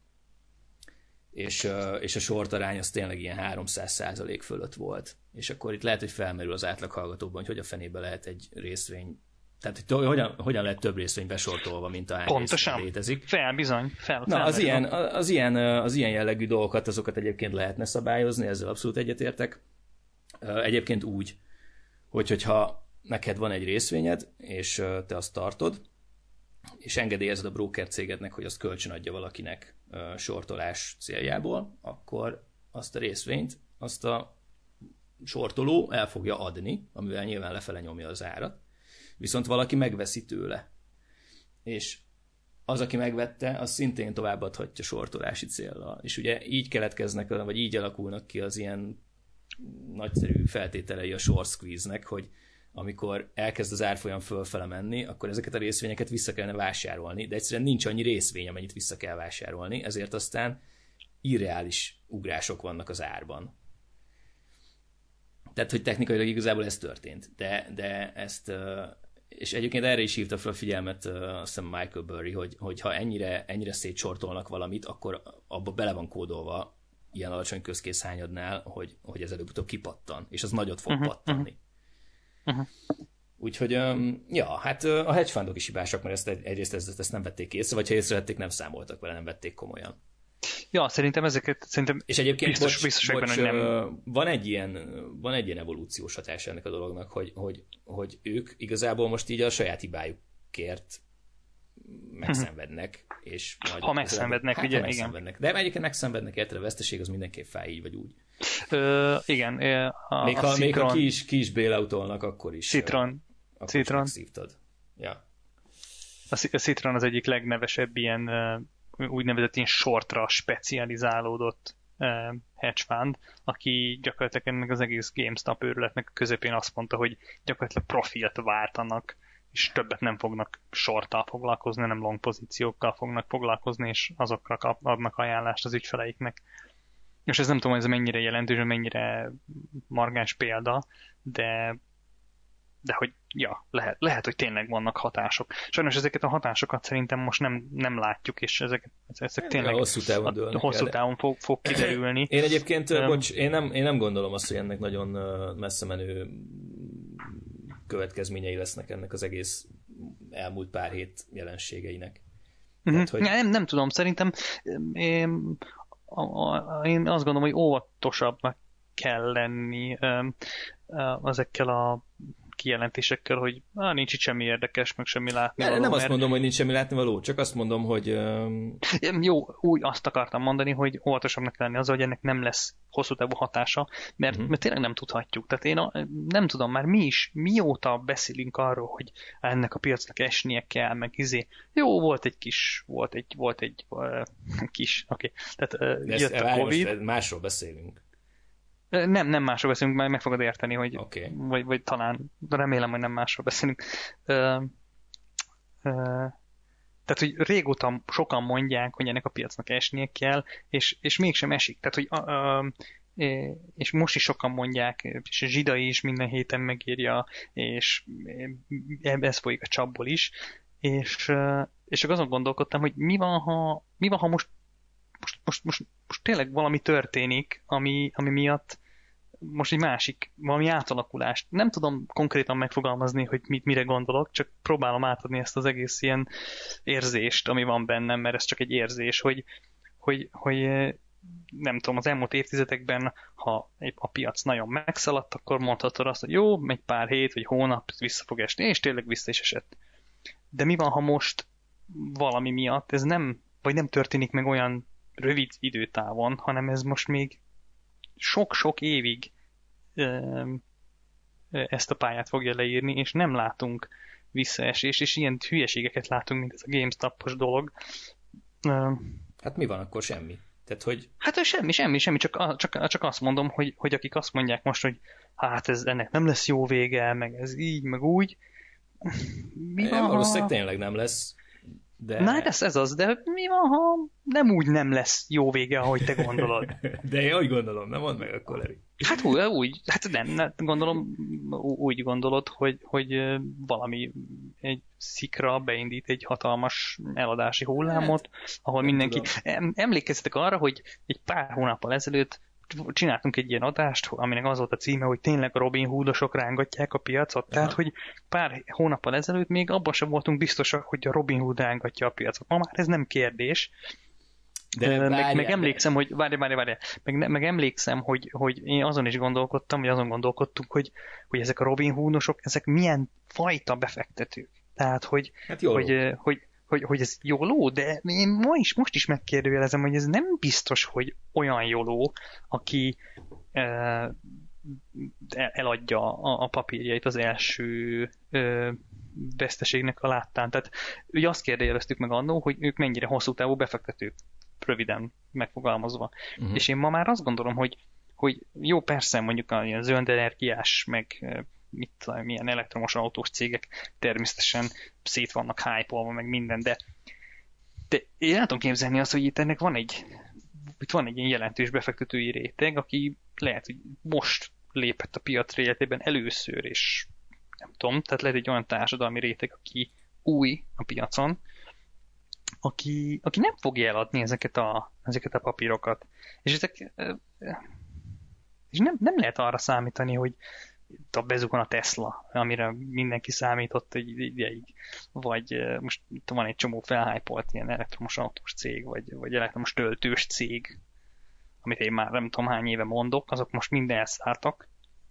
és a sortarány az tényleg ilyen 300% fölött volt. És akkor itt lehet, hogy felmerül az átlaghallgatóban, hogy a fenébe lehet egy részvény, tehát hogy hogyan lehet több részvény besortolva, mint a részvény létezik. Bizony. Na, az ilyen jellegű dolgokat, azokat egyébként lehetne szabályozni, ezzel abszolút egyetértek. Egyébként úgy, hogyha neked van egy részvényed, és te azt tartod, és engedélyezed a broker cégednek, hogy azt kölcsönadja valakinek sortolás céljából, akkor azt a részvényt, azt a sortoló el fogja adni, amivel nyilván lefele nyomja az árat, viszont valaki megveszi tőle. És az, aki megvette, az szintén továbbadhatja sortolási céllal. És ugye így keletkeznek, vagy így alakulnak ki az ilyen nagyszerű feltételei a short squeeze-nek, hogy amikor elkezd az árfolyam fölfele menni, akkor ezeket a részvényeket vissza kellene vásárolni, de egyszerűen nincs annyi részvény, amennyit vissza kell vásárolni, ezért aztán irreális ugrások vannak az árban. Tehát, hogy technikailag igazából ez történt. De ezt, és egyébként erre is hívta fel a figyelmet azt hiszem Michael Burry, hogy ha ennyire szétsortolnak valamit, akkor abba bele van kódolva ilyen alacsony közkészhányadnál, hogy ez előbb-utóbb kipattan, és az nagyot fog pattanni. Úgyhogy, hát a hedge fundok is hibásak, mert egyrészt ezt nem vették észre, vagy ha észrevették, nem számoltak vele, nem vették komolyan. Ja, szerintem és egyébként biztos hogy nem. Van egy ilyen evolúciós hatás ennek a dolognak, hogy ők igazából most így a saját hibájukért megszenvednek. És ha megszenvednek, ugye, igen. Megszenvednek. De egyébként megszenvednek, érted, a veszteség az mindenképp fáj, így vagy úgy. Igen. Még ha ki is bailoutolnak, akkor is. Citron. Ja. A Citron az egyik legnevesebb ilyen úgynevezett ilyen shortra specializálódott hedge fund, aki gyakorlatilag ennek az egész GameStop őrületnek a közepén azt mondta, hogy gyakorlatilag profilt váltanak, és többet nem fognak shorttal foglalkozni, nem long pozíciókkal fognak foglalkozni, és azokra adnak ajánlást az ügyfeleiknek. És ez nem tudom, hogy ez mennyire jelentős, mennyire margáns példa, de De hogy, ja, lehet, hogy tényleg vannak hatások. Sajnos ezeket a hatásokat szerintem most nem látjuk, és ezek tényleg hosszú távon fog kiderülni. Én egyébként, én nem gondolom azt, hogy ennek nagyon messze menő következményei lesznek ennek az egész elmúlt pár hét jelenségeinek. Tehát, hogy... nem tudom, szerintem én azt gondolom, hogy óvatosabbnak kell lenni ezekkel a kijelentésekkel, hogy nincs itt semmi érdekes, meg semmi látnivaló. Nem azt mondom, hogy nincs semmi látnivaló, csak azt mondom, hogy... Jó, úgy azt akartam mondani, hogy óvatosabbnak kell lenni azzal, hogy ennek nem lesz hosszú távú hatása, mert tényleg nem tudhatjuk. Tehát én nem tudom, már mióta beszélünk arról, hogy ennek a piacnak esnie kell, meg Jó, volt egy kis, oké. Tehát jött a Covid. Most másról beszélünk. Nem másról beszélünk, majd meg fogod érteni, hogy okay. vagy talán, de remélem, hogy nem másról beszélünk. Tehát, hogy régóta sokan mondják, hogy ennek a piacnak esnie kell, és mégsem esik. Tehát, hogy és most is sokan mondják, és a Zsida is minden héten megírja, és ez folyik a csapból is, és csak azon gondolkodtam, hogy mi van, ha most tényleg valami történik, ami miatt most egy valami átalakulást. Nem tudom konkrétan megfogalmazni, hogy mire gondolok, csak próbálom átadni ezt az egész ilyen érzést, ami van bennem, mert ez csak egy érzés, hogy nem tudom, az elmúlt évtizedekben, ha a piac nagyon megszaladt, akkor mondhatod azt, hogy jó, egy pár hét vagy hónap vissza fog esni, és tényleg vissza is esett. De mi van, ha most valami miatt ez nem történik meg olyan rövid időtávon, hanem ez most még sok-sok évig ezt a pályát fogja leírni, és nem látunk visszaesés, és ilyen hülyeségeket látunk, mint ez a GameStop-os dolog. Hát mi van akkor? Semmi. Tehát, hogy... Hát semmi, csak azt mondom, hogy akik azt mondják most, hogy hát ennek nem lesz jó vége, meg ez így, meg úgy. Valószínűleg tényleg nem lesz. De... Na, ez az, de mi van, ha nem úgy nem lesz jó vége, ahogy te gondolod? De én úgy gondolom, nem mondd meg akkor, Leri. Hát úgy, hát nem gondolom, úgy gondolod, hogy valami egy szikra beindít egy hatalmas eladási hullámot, ahol mindenki... Emlékezzetek arra, hogy egy pár hónappal ezelőtt csináltunk egy ilyen adást, aminek az volt a címe, hogy tényleg a Robin Hoodosok rángatják a piacot. Tehát, hogy pár hónappal ezelőtt még abban sem voltunk biztosak, hogy a Robin Hood rángatja a piacot. Ma már ez nem kérdés. De meg emlékszem, hogy várj. Meg emlékszem, hogy én azon is gondolkodtam, vagy azon gondolkodtunk, hogy ezek a Robin Hoodosok, ezek milyen fajta befektetők. Tehát, hogy ez jóló, de én most is megkérdőjelezem, hogy ez nem biztos, hogy olyan jóló, aki eladja a papírjait az első veszteségnek a láttán. Tehát ugye azt kérdőjeleztük meg annól, hogy ők mennyire hosszú távú befektetők, röviden megfogalmazva. Uh-huh. És én ma már azt gondolom, hogy jó, persze mondjuk a zöld energiás, meg milyen elektromos autós cégek természetesen szét vannak hype-olva, meg minden, de én el tudom képzelni azt, hogy itt ennek van egy ilyen jelentős befektetői réteg, aki lehet, hogy most lépett a piac életében először, és nem tudom, tehát lehet egy olyan társadalmi réteg, aki új a piacon, aki nem fogja eladni ezeket a papírokat. És nem lehet arra számítani, hogy bezukon a Tesla, amire mindenki számított egy ideig, vagy most itt van egy csomó felhypolt ilyen elektromos autós cég, vagy elektromos töltős cég, amit én már nem tudom hány éve mondok, azok most mind elszálltak,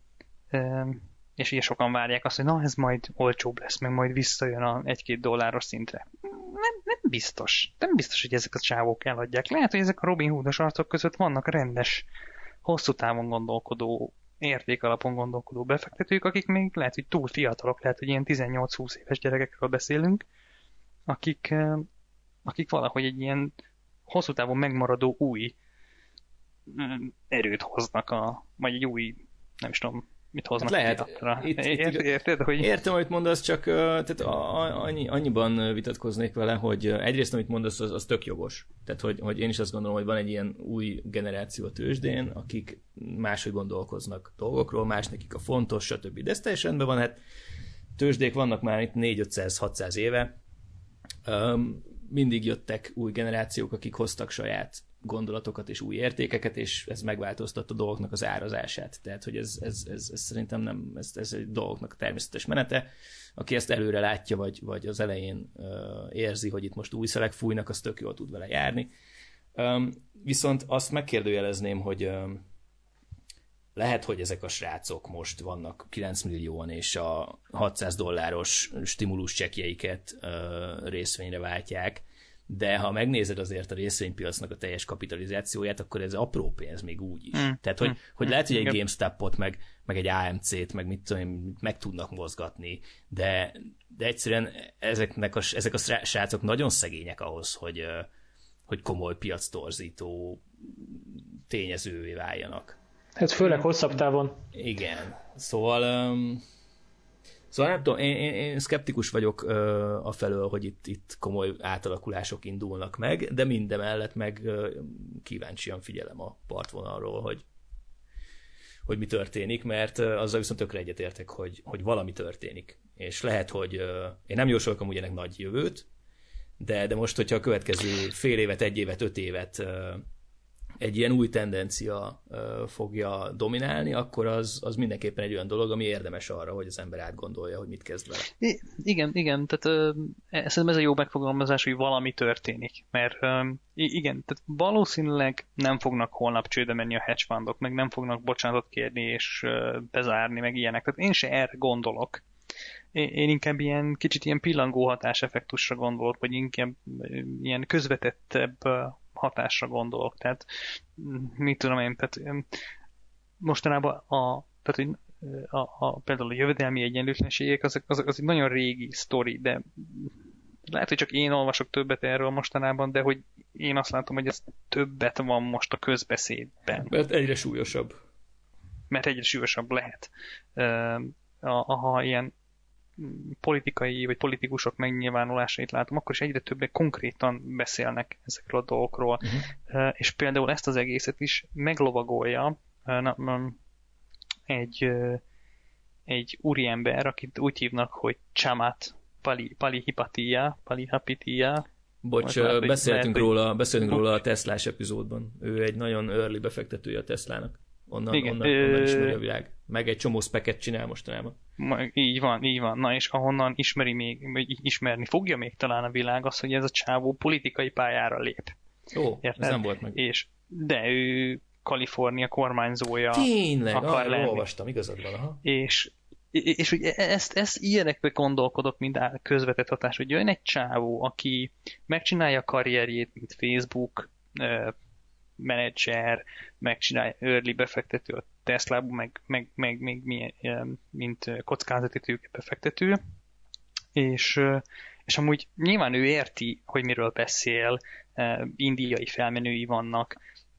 és ilyen sokan várják azt, hogy na, ez majd olcsóbb lesz, meg majd visszajön a $1-2 szintre. Nem biztos, hogy ezek a csávók eladják. Lehet, hogy ezek a Robin Hoodos arcok között vannak rendes, hosszú távon gondolkodó, értékalapon gondolkodó befektetők, akik még lehet, hogy túl fiatalok, lehet, hogy ilyen 18-20 éves gyerekekről beszélünk, akik valahogy egy ilyen hosszú távon megmaradó új erőt hoznak, vagy egy új, nem is tudom, mit hoznak. Hát lehet. Érted, hogy... Értem, amit mondasz, csak tehát annyiban vitatkoznék vele, hogy egyrészt, amit mondasz, az tök jogos. Tehát, hogy én is azt gondolom, hogy van egy ilyen új generáció a tőzsdén, akik máshogy gondolkoznak dolgokról, más nekik a fontos, stb. De ez teljesen rendben van, hát tőzsdék vannak már itt 400-500-600 éve, mindig jöttek új generációk, akik hoztak saját gondolatokat és új értékeket, és ez megváltoztatta a dolgoknak az árazását. Tehát, hogy ez szerintem nem, ez egy dolgoknak a természetes menete. Aki ezt előre látja, vagy az elején érzi, hogy itt most új szelek fújnak, az tök jól tud vele járni. Viszont azt megkérdőjelezném, hogy lehet, hogy ezek a srácok most vannak 9 millióan, és a $600 stimulus csekkjeiket részvényre váltják, de ha megnézed azért a részvénypiacnak a teljes kapitalizációját, akkor ez apró pénz még úgy is. Tehát, hogy lehet, hogy egy GameStop-ot, meg egy AMC-t, meg mit tudom én, meg tudnak mozgatni, de egyszerűen ezek a srácok nagyon szegények ahhoz, hogy komoly piactorzító tényezővé váljanak. Ez főleg hosszabb távon. Igen. Szóval nem tudom, én szkeptikus vagyok afelől, hogy itt komoly átalakulások indulnak meg, de mindemellett meg kíváncsian figyelem a partvonalról, hogy mi történik, mert azzal viszont tökre egyetértek, hogy valami történik. És lehet, hogy én nem jósolok amúgy ennek nagy jövőt, de most, hogyha a következő fél évet, 1 évet, 5 évet egy ilyen új tendencia fogja dominálni, akkor az mindenképpen egy olyan dolog, ami érdemes arra, hogy az ember átgondolja, hogy mit kezd vele. Igen, tehát szerintem ez a jó megfogalmazás, hogy valami történik, mert igen, tehát valószínűleg nem fognak holnap csődbe menni a hedge fundok, meg nem fognak bocsánatot kérni és bezárni, meg ilyenek, tehát én se erre gondolok. Én inkább kicsit ilyen pillangó hatáseffektusra gondolok, vagy inkább ilyen közvetettebb hatásra gondolok. Tehát mit tudom én, tehát mostanában például a jövedelmi egyenlőtlenségek az egy nagyon régi sztori, de lehet, hogy csak én olvasok többet erről mostanában, de hogy én azt látom, hogy ez többet van most a közbeszédben. Mert egyre súlyosabb. Mert egyre súlyosabb lehet. Ha ilyen politikai vagy politikusok megnyilvánulásait látom, akkor is egyre többek konkrétan beszélnek ezekről a dolgokról. És például ezt az egészet is meglovagolja egy úriember, akit úgy hívnak, hogy Chamath Palihapitiya. Bocs, beszéltünk róla a Teslás epizódban. Ő egy nagyon early befektetője a Teslának. Onnan ismeri a világ. Meg egy csomó speket csinál mostanában. Így van. Na és ahonnan ismerni fogja még talán a világ az, hogy ez a csávó politikai pályára lép. Ó, ez nem volt meg. De ő Kalifornia kormányzója tényleg, akar lenni. Olvastam, igazad van. Aha. És hogy ezt ilyenekbe gondolkodok, mint közvetett hatás, hogy jön egy csávó, aki megcsinálja a karrierjét, mint Facebook menedzser, megcsinálja early befektető a Tesla-ban, meg mint kockázati tőke befektető, és amúgy nyilván ő érti, hogy miről beszél, indiai felmenői vannak,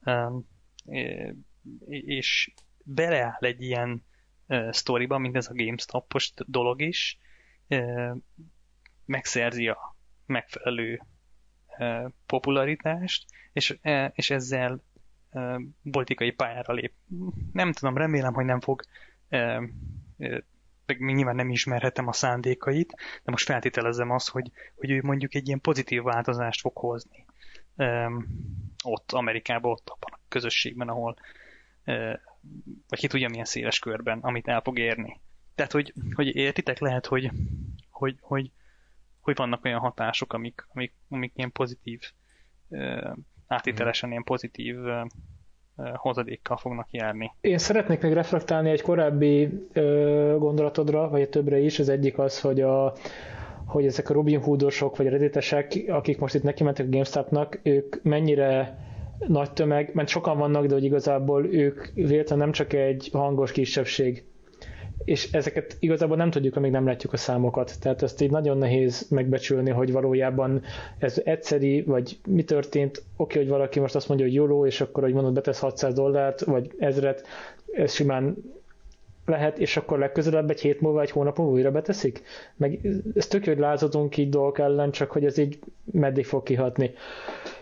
és beleáll egy ilyen sztoriba, mint ez a GameStop-os dolog is, megszerzi a megfelelő popularitást, és ezzel politikai pályára lép. Nem tudom, remélem, hogy nem fog, nyilván nem ismerhetem a szándékait, de most feltételezem azt, hogy ő mondjuk egy ilyen pozitív változást fog hozni. Ott Amerikában, ott abban a közösségben, ahol vagy ki tudja milyen széles körben, amit el fog érni. Tehát, hogy értitek, lehet, hogy vannak olyan hatások, amik ilyen pozitív, átételesen ilyen pozitív hozadékkal fognak járni. Én szeretnék még reflektálni egy korábbi gondolatodra, vagy többre is. Az egyik az, hogy ezek a Robin Hoodosok, vagy redditesek, akik most itt neki mentek a GameStop-nak, ők mennyire nagy tömeg, mert sokan vannak, de hogy igazából ők véletlenül nem csak egy hangos kisebbség. És ezeket igazából nem tudjuk, amíg nem látjuk a számokat. Tehát ezt így nagyon nehéz megbecsülni, hogy valójában ez egyszeri, vagy mi történt. Oké, hogy valaki most azt mondja, hogy YOLO, és akkor, hogy mondod, betesz $600, vagy 1000, ez simán lehet, és akkor legközelebb egy hét múlva, egy hónap múlva újra beteszik. Meg ez tök jó, hogy lázadunk így dolgok ellen, csak hogy ez így meddig fog kihatni.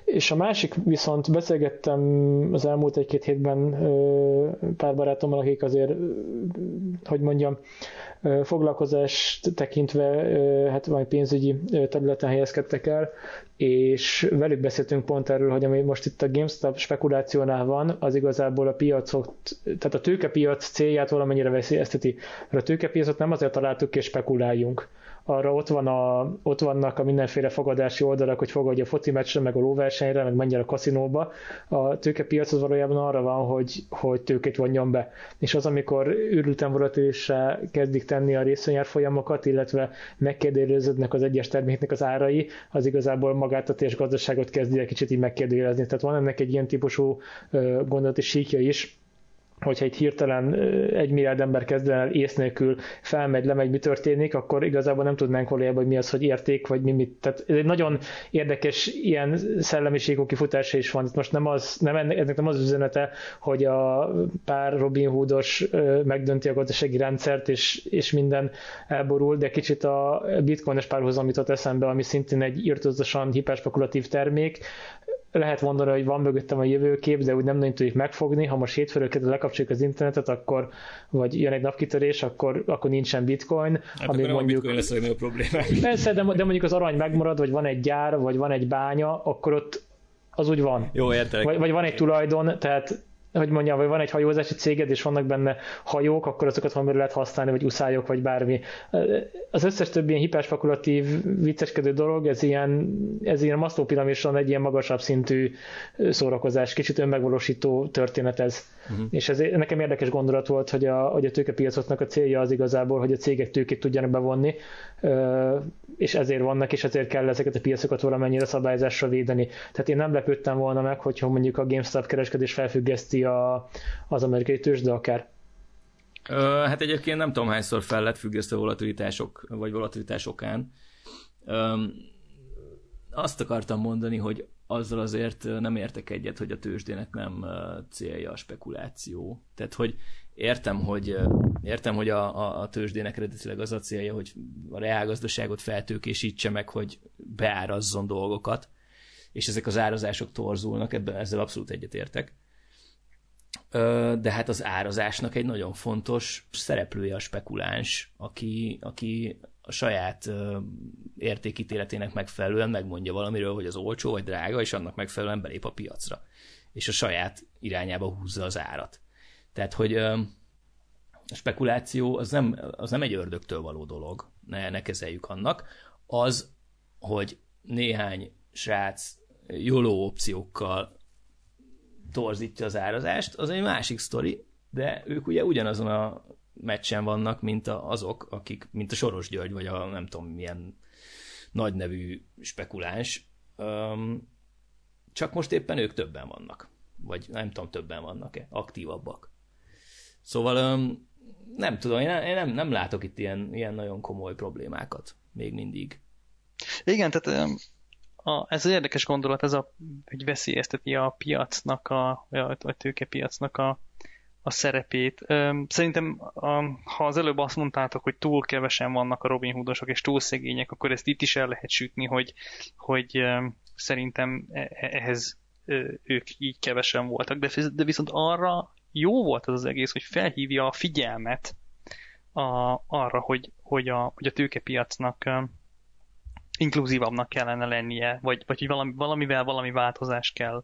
És a másik viszont beszélgettem az elmúlt egy-két hétben pár barátommal, akik azért, hogy mondjam, foglalkozást tekintve hát vagy pénzügyi területen helyezkedtek el, és velük beszéltünk pont erről, hogy ami most itt a GameStop spekulációnál van, az igazából a piacot, tehát a tőkepiac célját valamennyire veszélyezteti. Mert a tőkepiacot nem azért találtuk és spekuláljunk. Arra ott vannak a mindenféle fogadási oldalak, hogy fogadja a foci meccsre, meg a lóversenyre, meg menjen a kaszinóba. A tőkepiac az valójában arra van, hogy tőkét vonjon be. És az, amikor őrülten volatilissá kezdik tenni a részvényárfolyamokat, illetve megkérdőjeleződnek az egyes terméknek az árai, az igazából magát a térsgazdaságot kezdi egy kicsit így megkérdőjelezni. Tehát van ennek egy ilyen típusú gondolati síkja is, hogyha itt hirtelen 1 milliárd ember kezd el ész nélkül felmegy, lemegy, mi történik, akkor igazából nem tudnánk valójában, hogy mi az, hogy érték, vagy mit. Tehát ez egy nagyon érdekes ilyen szellemiségű kifutása is van. Itt most ennek nem az üzenete, hogy a pár Robin Hoodos megdönti a gazdasági rendszert, és minden elborul, de kicsit a bitcoinos párhuzam jutott eszembe, ami szintén egy irtózatosan hiperspekulatív termék. Lehet mondani, hogy van mögöttem a jövőkép, de úgy nem nagyon tudjuk megfogni. Ha most hétfőről kedve lekapcsoljuk az internetet, akkor, vagy jön egy napkitörés, akkor nincsen bitcoin. Hát ami mondjuk, a bitcoin lesz a legnagyobb probléma. Persze, de mondjuk az arany megmarad, vagy van egy gyár, vagy van egy bánya, akkor ott az úgy van. Jó, értelek. Vagy van egy tulajdon, tehát hogy mondjam, vagy van egy hajózási céged, és vannak benne hajók, akkor azokat valamire lehet használni, vagy uszályok, vagy bármi. Az összes több ilyen hiperspekulatív, vicceskedő dolog, ez ilyen Maslow piramison egy ilyen magasabb szintű szórakozás, kicsit önmegvalósító történet ez. És ez nekem érdekes gondolat volt, hogy a tőkepiacoknak a célja az igazából, hogy a cégek tőkét tudjanak bevonni, és ezért vannak, és ezért kell ezeket a piacokat valamennyire szabályozásra védeni. Tehát én nem lepődtem volna meg, hogyha mondjuk a GameStop kereskedés felfüggeszti az amerikai tőzsde akár. Hát egyébként nem tudom hányszor fel lett függesztve volatilitásokán. Azt akartam mondani, hogy azzal azért nem értek egyet, hogy a tőzsdének nem célja a spekuláció. Tehát, hogy értem, hogy a tőzsdének eredetileg az a célja, hogy a reálgazdaságot feltőkésítse meg, hogy beárazzon dolgokat, és ezek az árazások torzulnak, ezzel abszolút egyet értek. De hát az árazásnak egy nagyon fontos szereplője a spekuláns, aki a saját értékítéletének megfelelően megmondja valamiről, hogy az olcsó vagy drága, és annak megfelelően belép a piacra. És a saját irányába húzza az árat. Tehát, hogy a spekuláció az nem egy ördögtől való dolog, ne kezeljük annak. Az, hogy néhány srác YOLO opciókkal torzítja az árazást, az egy másik sztori, de ők ugye ugyanazon a meccsen vannak, mint azok, mint a Soros György, vagy a nem tudom milyen nagy nevű spekuláns, csak most éppen ők többen vannak, vagy nem tudom, többen vannak-e, aktívabbak. Szóval nem tudom, én nem látok itt ilyen nagyon komoly problémákat, még mindig. Igen, tehát ez egy érdekes gondolat, hogy veszélyezteti a piacnak, a tőkepiacnak a szerepét. Szerintem, ha az előbb azt mondtátok, hogy túl kevesen vannak a Robin Hoodosok és túl szegények, akkor ezt itt is el lehet sütni, hogy szerintem ehhez ők így kevesen voltak. De viszont arra jó volt az egész, hogy felhívja a figyelmet arra, hogy a tőkepiacnak inkluzívabbnak kellene lennie, vagy hogy valami változás kell,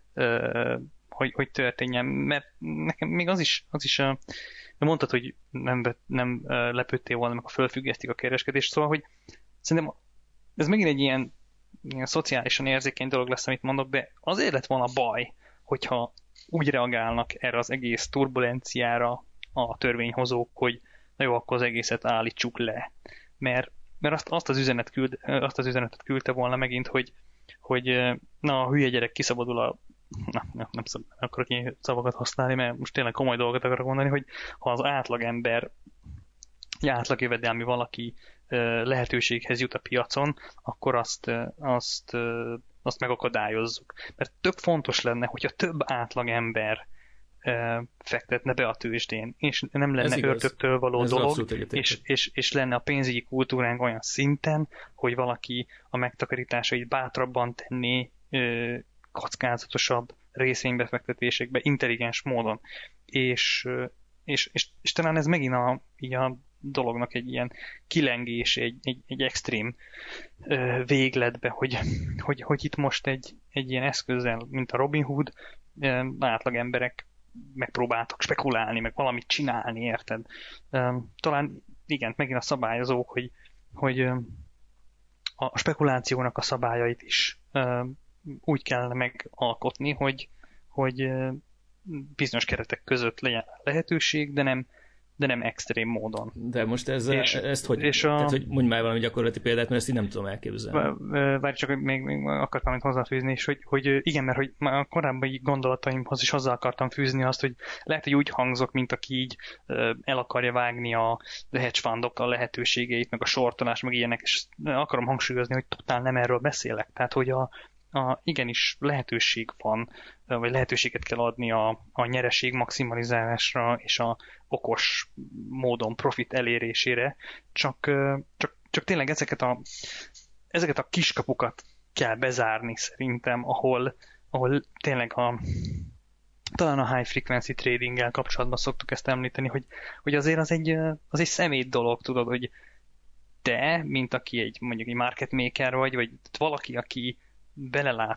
hogy történjen. Mert nekem még az is mondtad, hogy nem lepődtél volna, amikor fölfüggesztik a kereskedést, szóval, hogy szerintem ez megint egy ilyen szociálisan érzékeny dolog lesz, amit mondok, de azért lett volna baj, hogyha úgy reagálnak erre az egész turbulenciára a törvényhozók, hogy na jó, akkor az egészet állítsuk le. Mert azt az üzenetet küldte volna megint, hogy na, a hülye gyerek kiszabadul nem akarok ilyen szavakat használni, mert most tényleg komoly dolgokat akarok mondani, hogy ha az átlagember, átlagjövedelmi valaki lehetőséghez jut a piacon, akkor azt megakadályozzuk. Mert tök fontos lenne, hogyha több átlagember fektetne be a tőzsdén, és nem lenne ördögtől való dolog, és lenne a pénzügyi kultúránk olyan szinten, hogy valaki a megtakarításait bátrabban tenné, legkockázatosabb részvénybefektetésekbe intelligens módon. És talán ez megint így a dolognak egy ilyen kilengés, egy extrém végletbe, hogy itt most egy ilyen eszközzel, mint a Robinhood, átlag emberek megpróbáltak spekulálni, meg valamit csinálni, érted? Talán igen, megint a szabályozók, hogy a spekulációnak a szabályait is úgy kellene megalkotni, hogy bizonyos keretek között legyen lehetőség, de nem extrém módon. De most ezt hogy... Tehát, hogy mondj már valami gyakorlati példát, mert ezt így nem tudom elképzelni. Várj csak, még akartam valamit hozzáfűzni, és hogy igen, mert hogy a korábbi gondolataimhoz is hozzá akartam fűzni azt, hogy lehet, hogy úgy hangzok, mint aki így el akarja vágni a hedge fundok a lehetőségeit, meg a sortolás, meg ilyenek, és akarom hangsúlyozni, hogy totál nem erről beszélek. Tehát, hogy igenis lehetőség van, vagy lehetőséget kell adni a nyereség maximalizálásra és a okos módon profit elérésére, csak tényleg ezeket a kiskapukat kell bezárni szerintem, ahol tényleg talán a high frequency tradinggel kapcsolatban szoktuk ezt említeni, hogy azért az egy szemét dolog, tudod, hogy te, mint aki mondjuk egy market maker vagy valaki, aki belelát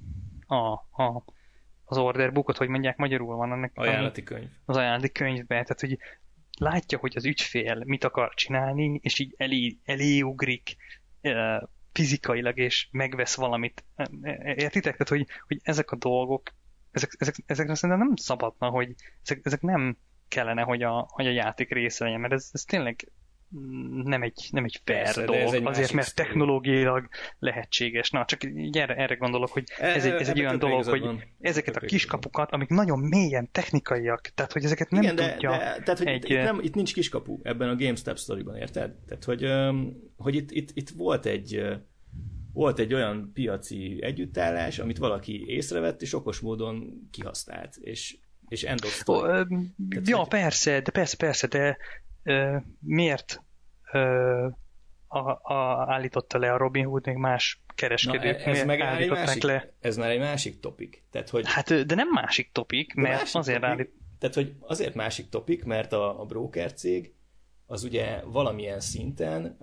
az order bookot, hogy mondják, magyarul van ennek ajánlati könyv. Az ajánlati könyvbe, tehát hogy látja, hogy az ügyfél mit akar csinálni, és így eléugrik fizikailag, és megvesz valamit. Értitek? Tehát, hogy ezek a dolgok, ezekre szerintem nem szabadna, hogy ezek nem kellene, hogy a játék része legyen, mert ez tényleg nem egy fair dolog, azért, mert technológiailag lehetséges. Na, csak így erre gondolok, hogy ez egy olyan dolog, hogy ezeket a kiskapukat, amik nagyon mélyen technikaiak, tehát, hogy ezeket nem tudja. Tehát, hogy itt nincs kiskapu ebben a GameStop sztoriban, érted? Tehát, hogy itt volt egy olyan piaci együttállás, amit valaki észrevett, és okos módon kihasznált, és end of story. Ja, persze, de miért állította le a Robinhood, még más kereskedők? Ez meg ez már egy másik topik. Tehát, hogy hát, de nem másik topik, mert másik azért Tehát, hogy azért másik topik, mert a broker cég az ugye valamilyen szinten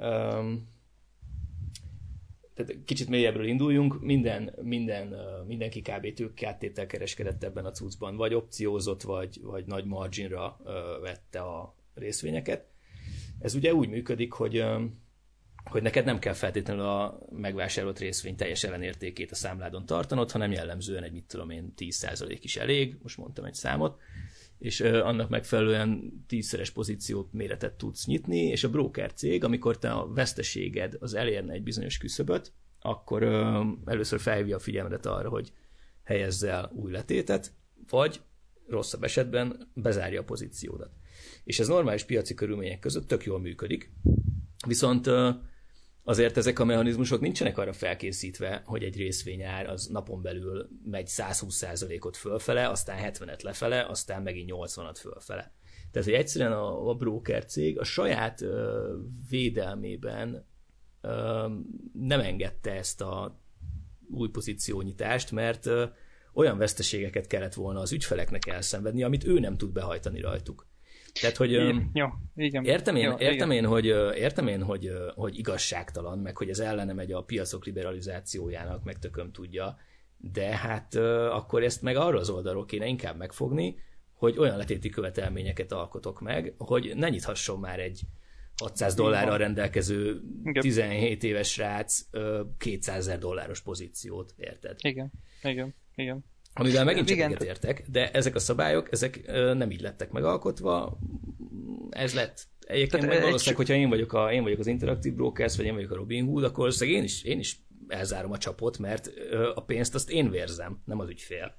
tehát kicsit mélyebbről induljunk, mindenki kb. Tőkeáttéttel kereskedett ebben a cuccban, vagy opciózott, vagy nagy marginra vette a részvényeket. Ez ugye úgy működik, hogy neked nem kell feltétlenül a megvásárolt részvény teljes ellenértékét a számládon tartanod, hanem jellemzően egy 10% is elég, most mondtam egy számot, és annak megfelelően 10-szeres pozíciót méretet tudsz nyitni, és a broker cég, amikor te a veszteséged az elérne egy bizonyos küszöböt, akkor először felhívja a figyelmedet arra, hogy helyezz el új letétet, vagy rosszabb esetben bezárja a pozíciódat. És ez normális piaci körülmények között tök jól működik, viszont azért ezek a mechanizmusok nincsenek arra felkészítve, hogy egy részvényár az napon belül megy 120%-ot fölfele, aztán 70-et lefele, aztán megint 80-at fölfele. Tehát, hogy egyszerűen a broker cég a saját védelmében nem engedte ezt a új pozíciónyitást, mert olyan veszteségeket kellett volna az ügyfeleknek elszenvedni, amit ő nem tud behajtani rajtuk. Tehát, hogy igen. Értem én, hogy igazságtalan, meg hogy ez ellene megy a piacok liberalizációjának, meg tököm tudja, de hát akkor ezt meg arra az oldalról kéne inkább megfogni, hogy olyan letéti követelményeket alkotok meg, hogy ne nyithasson már egy $600 rendelkező 17 éves srác $200,000 pozíciót, érted? Igen. Amivel megint csak egyet értek, de ezek a szabályok, ezek nem így lettek megalkotva, ez lett. Egyébként majd valószínűleg, hogyha én vagyok az Interactive Brokers, vagy én vagyok a Robinhood, akkor én is elzárom a csapot, mert a pénzt azt én vérzem, nem az ügyfél.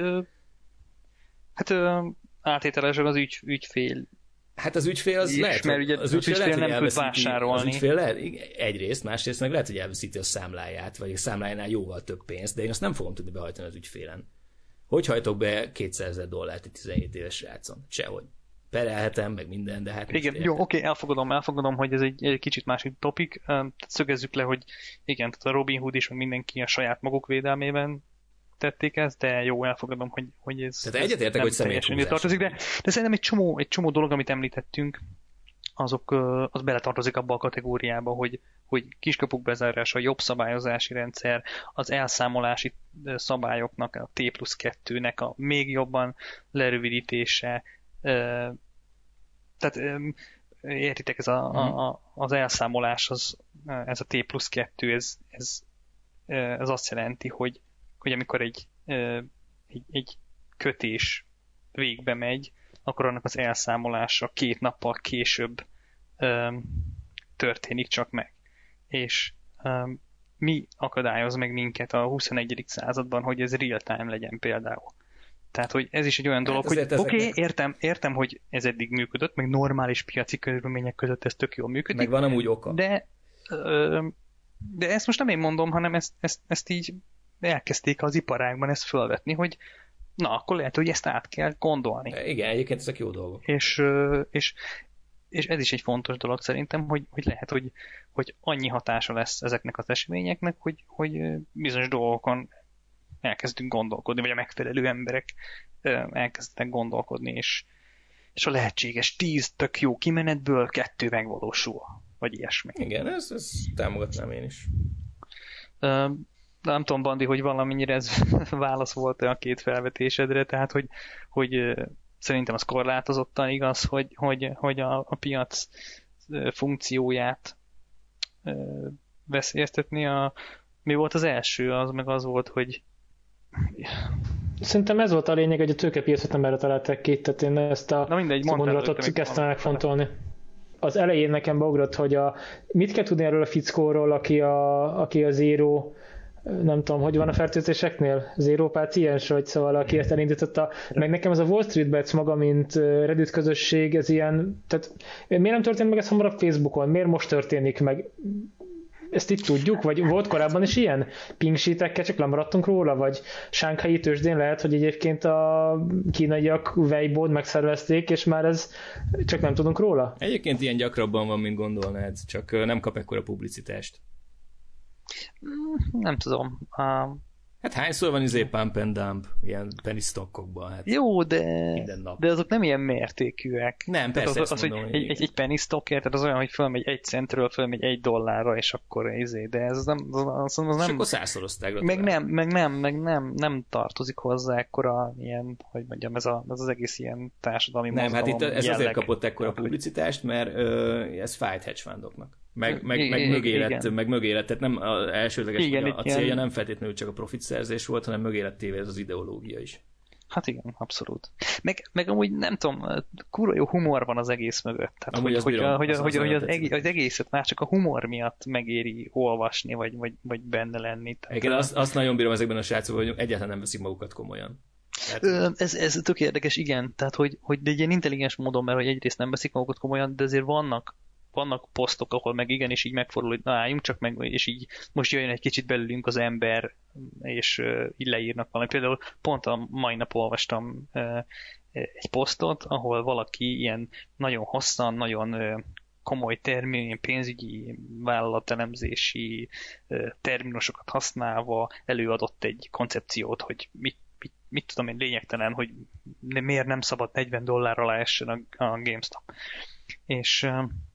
Hát áttételesen az ügyfél. Hát az ügyfél az lehet, mert ugye az ügyfél nem tud vásárolni. Az ügyfél lehet, egyrészt, másrészt meg lehet, hogy elveszíti a számláját, vagy a számlájánál jóval több pénzt, de én azt nem fogom tudni behajtani az ügyfélen. Hogy hajtok be $200,000 egy 17 éves srácon? Sehogy. Perelhetem, meg minden, de hát... Igen, jó, oké, elfogadom, hogy ez egy kicsit másik topik. Szögezzük le, hogy igen, tehát a Robinhood is, mindenki a saját maguk védelmében tették ezt, de jó, elfogadom, hogy ez tehát egyetértek, hogy személyhúzás tartozik, de szerintem egy csomó dolog, amit említettünk, az beletartozik abba a kategóriába, hogy kiskapuk bezárása, jobb szabályozási rendszer, az elszámolási szabályoknak, a T+2-nek a még jobban lerövidítése, tehát értitek, ez az elszámolás, ez a T+2, ez azt jelenti, hogy amikor egy kötés végbe megy, akkor annak az elszámolása 2 nappal később történik csak meg. És mi akadályoz meg minket a 21. században, hogy ez real-time legyen például. Tehát, hogy ez is egy olyan dolog, hogy oké, értem, hogy ez eddig működött, meg normális piaci körülmények között ez tök jól működik. Meg van amúgy oka. De ezt most nem én mondom, hanem ezt így elkezdték az iparágban ezt felvetni, hogy na, akkor lehet, hogy ezt át kell gondolni. Igen, egyébként ezek jó dolgok. És ez is egy fontos dolog szerintem, hogy lehet, hogy annyi hatása lesz ezeknek az eseményeknek, hogy bizonyos dolgokon elkezdünk gondolkodni, vagy a megfelelő emberek elkezdenek gondolkodni, és a lehetséges 10 tök jó kimenetből 2 megvalósul, vagy ilyesmi. Igen, ezt támogatnám én is. Nem tudom, Bandi, hogy valamennyire ez válasz volt-e a 2 felvetésedre, tehát hogy szerintem az korlátozottan igaz, hogy a piac funkcióját veszélyeztetni. Mi volt az első? Az meg az volt, hogy Szerintem ez volt a lényeg, hogy a tőkepiacot nem erre találták ki, tehát én ezt a gondolatot kezdtem megfontolni. Az elején nekem beugrott, hogy mit kell tudni erről a fickóról, aki a Zero, nem tudom, hogy van a fertőzéseknél? Zero páciens, vagy szóval aki ezt elindította. Meg nekem ez a Wall Street Bets maga, mint Reddit közösség, ez ilyen, tehát miért nem történt meg ez hamarabb Facebookon? Miért most történik meg? Ezt itt tudjuk? Vagy volt korábban is ilyen ping sheetekkel, csak lemaradtunk róla? Vagy sánghái tőzsdén lehet, hogy egyébként a kínaiak Weibo-t megszervezték, és már ez csak nem tudunk róla? Egyébként ilyen gyakrabban van, mint gondolnád, csak nem kap ekkora publicitást. Nem tudom. Hát hányszor van pump and dump ilyen penny stockokban? Hát jó, de azok nem ilyen mértékűek. Nem, persze az, hogy egy penny stockért, tehát az olyan, hogy fölmegy 1 centről, fölmegy $1, és akkor de ez nem... Az nem, és akkor 100-szorozták. Meg nem tartozik hozzá ekkora ilyen, hogy mondjam, ez az egész ilyen társadalmi mozgalom. Nem, hát itt ez jelleg. Azért kapott ekkora publicitást, mert ez fájt hedge fundoknak. Meg mögé lett, tehát nem elsődleges, a célja nem feltétlenül csak a profit szerzés volt, hanem mögé lett téve ez az ideológia is. Hát igen, abszolút. Meg amúgy nem tudom, kurva jó humor van az egész mögött. Tehát, hogy az egészet már csak a humor miatt megéri olvasni, vagy benne lenni. Igen, azt nagyon bírom ezekben a srácokban, hogy egyáltalán nem veszik magukat komolyan. Ez tök érdekes, igen. Tehát, hogy de egy ilyen intelligens módon, mert hogy egyrészt nem veszik magukat komolyan, de azért vannak posztok, ahol meg igenis így megfordul, hogy na álljunk csak meg, és így most jöjjön egy kicsit belülünk az ember, és így leírnak valami. Például pont a mai nap olvastam egy posztot, ahol valaki ilyen nagyon hosszan, nagyon komoly pénzügyi vállalatelemzési terminusokat használva előadott egy koncepciót, hogy mit tudom én, lényegtelen, hogy miért nem szabad $40 alá essen a GameStop. És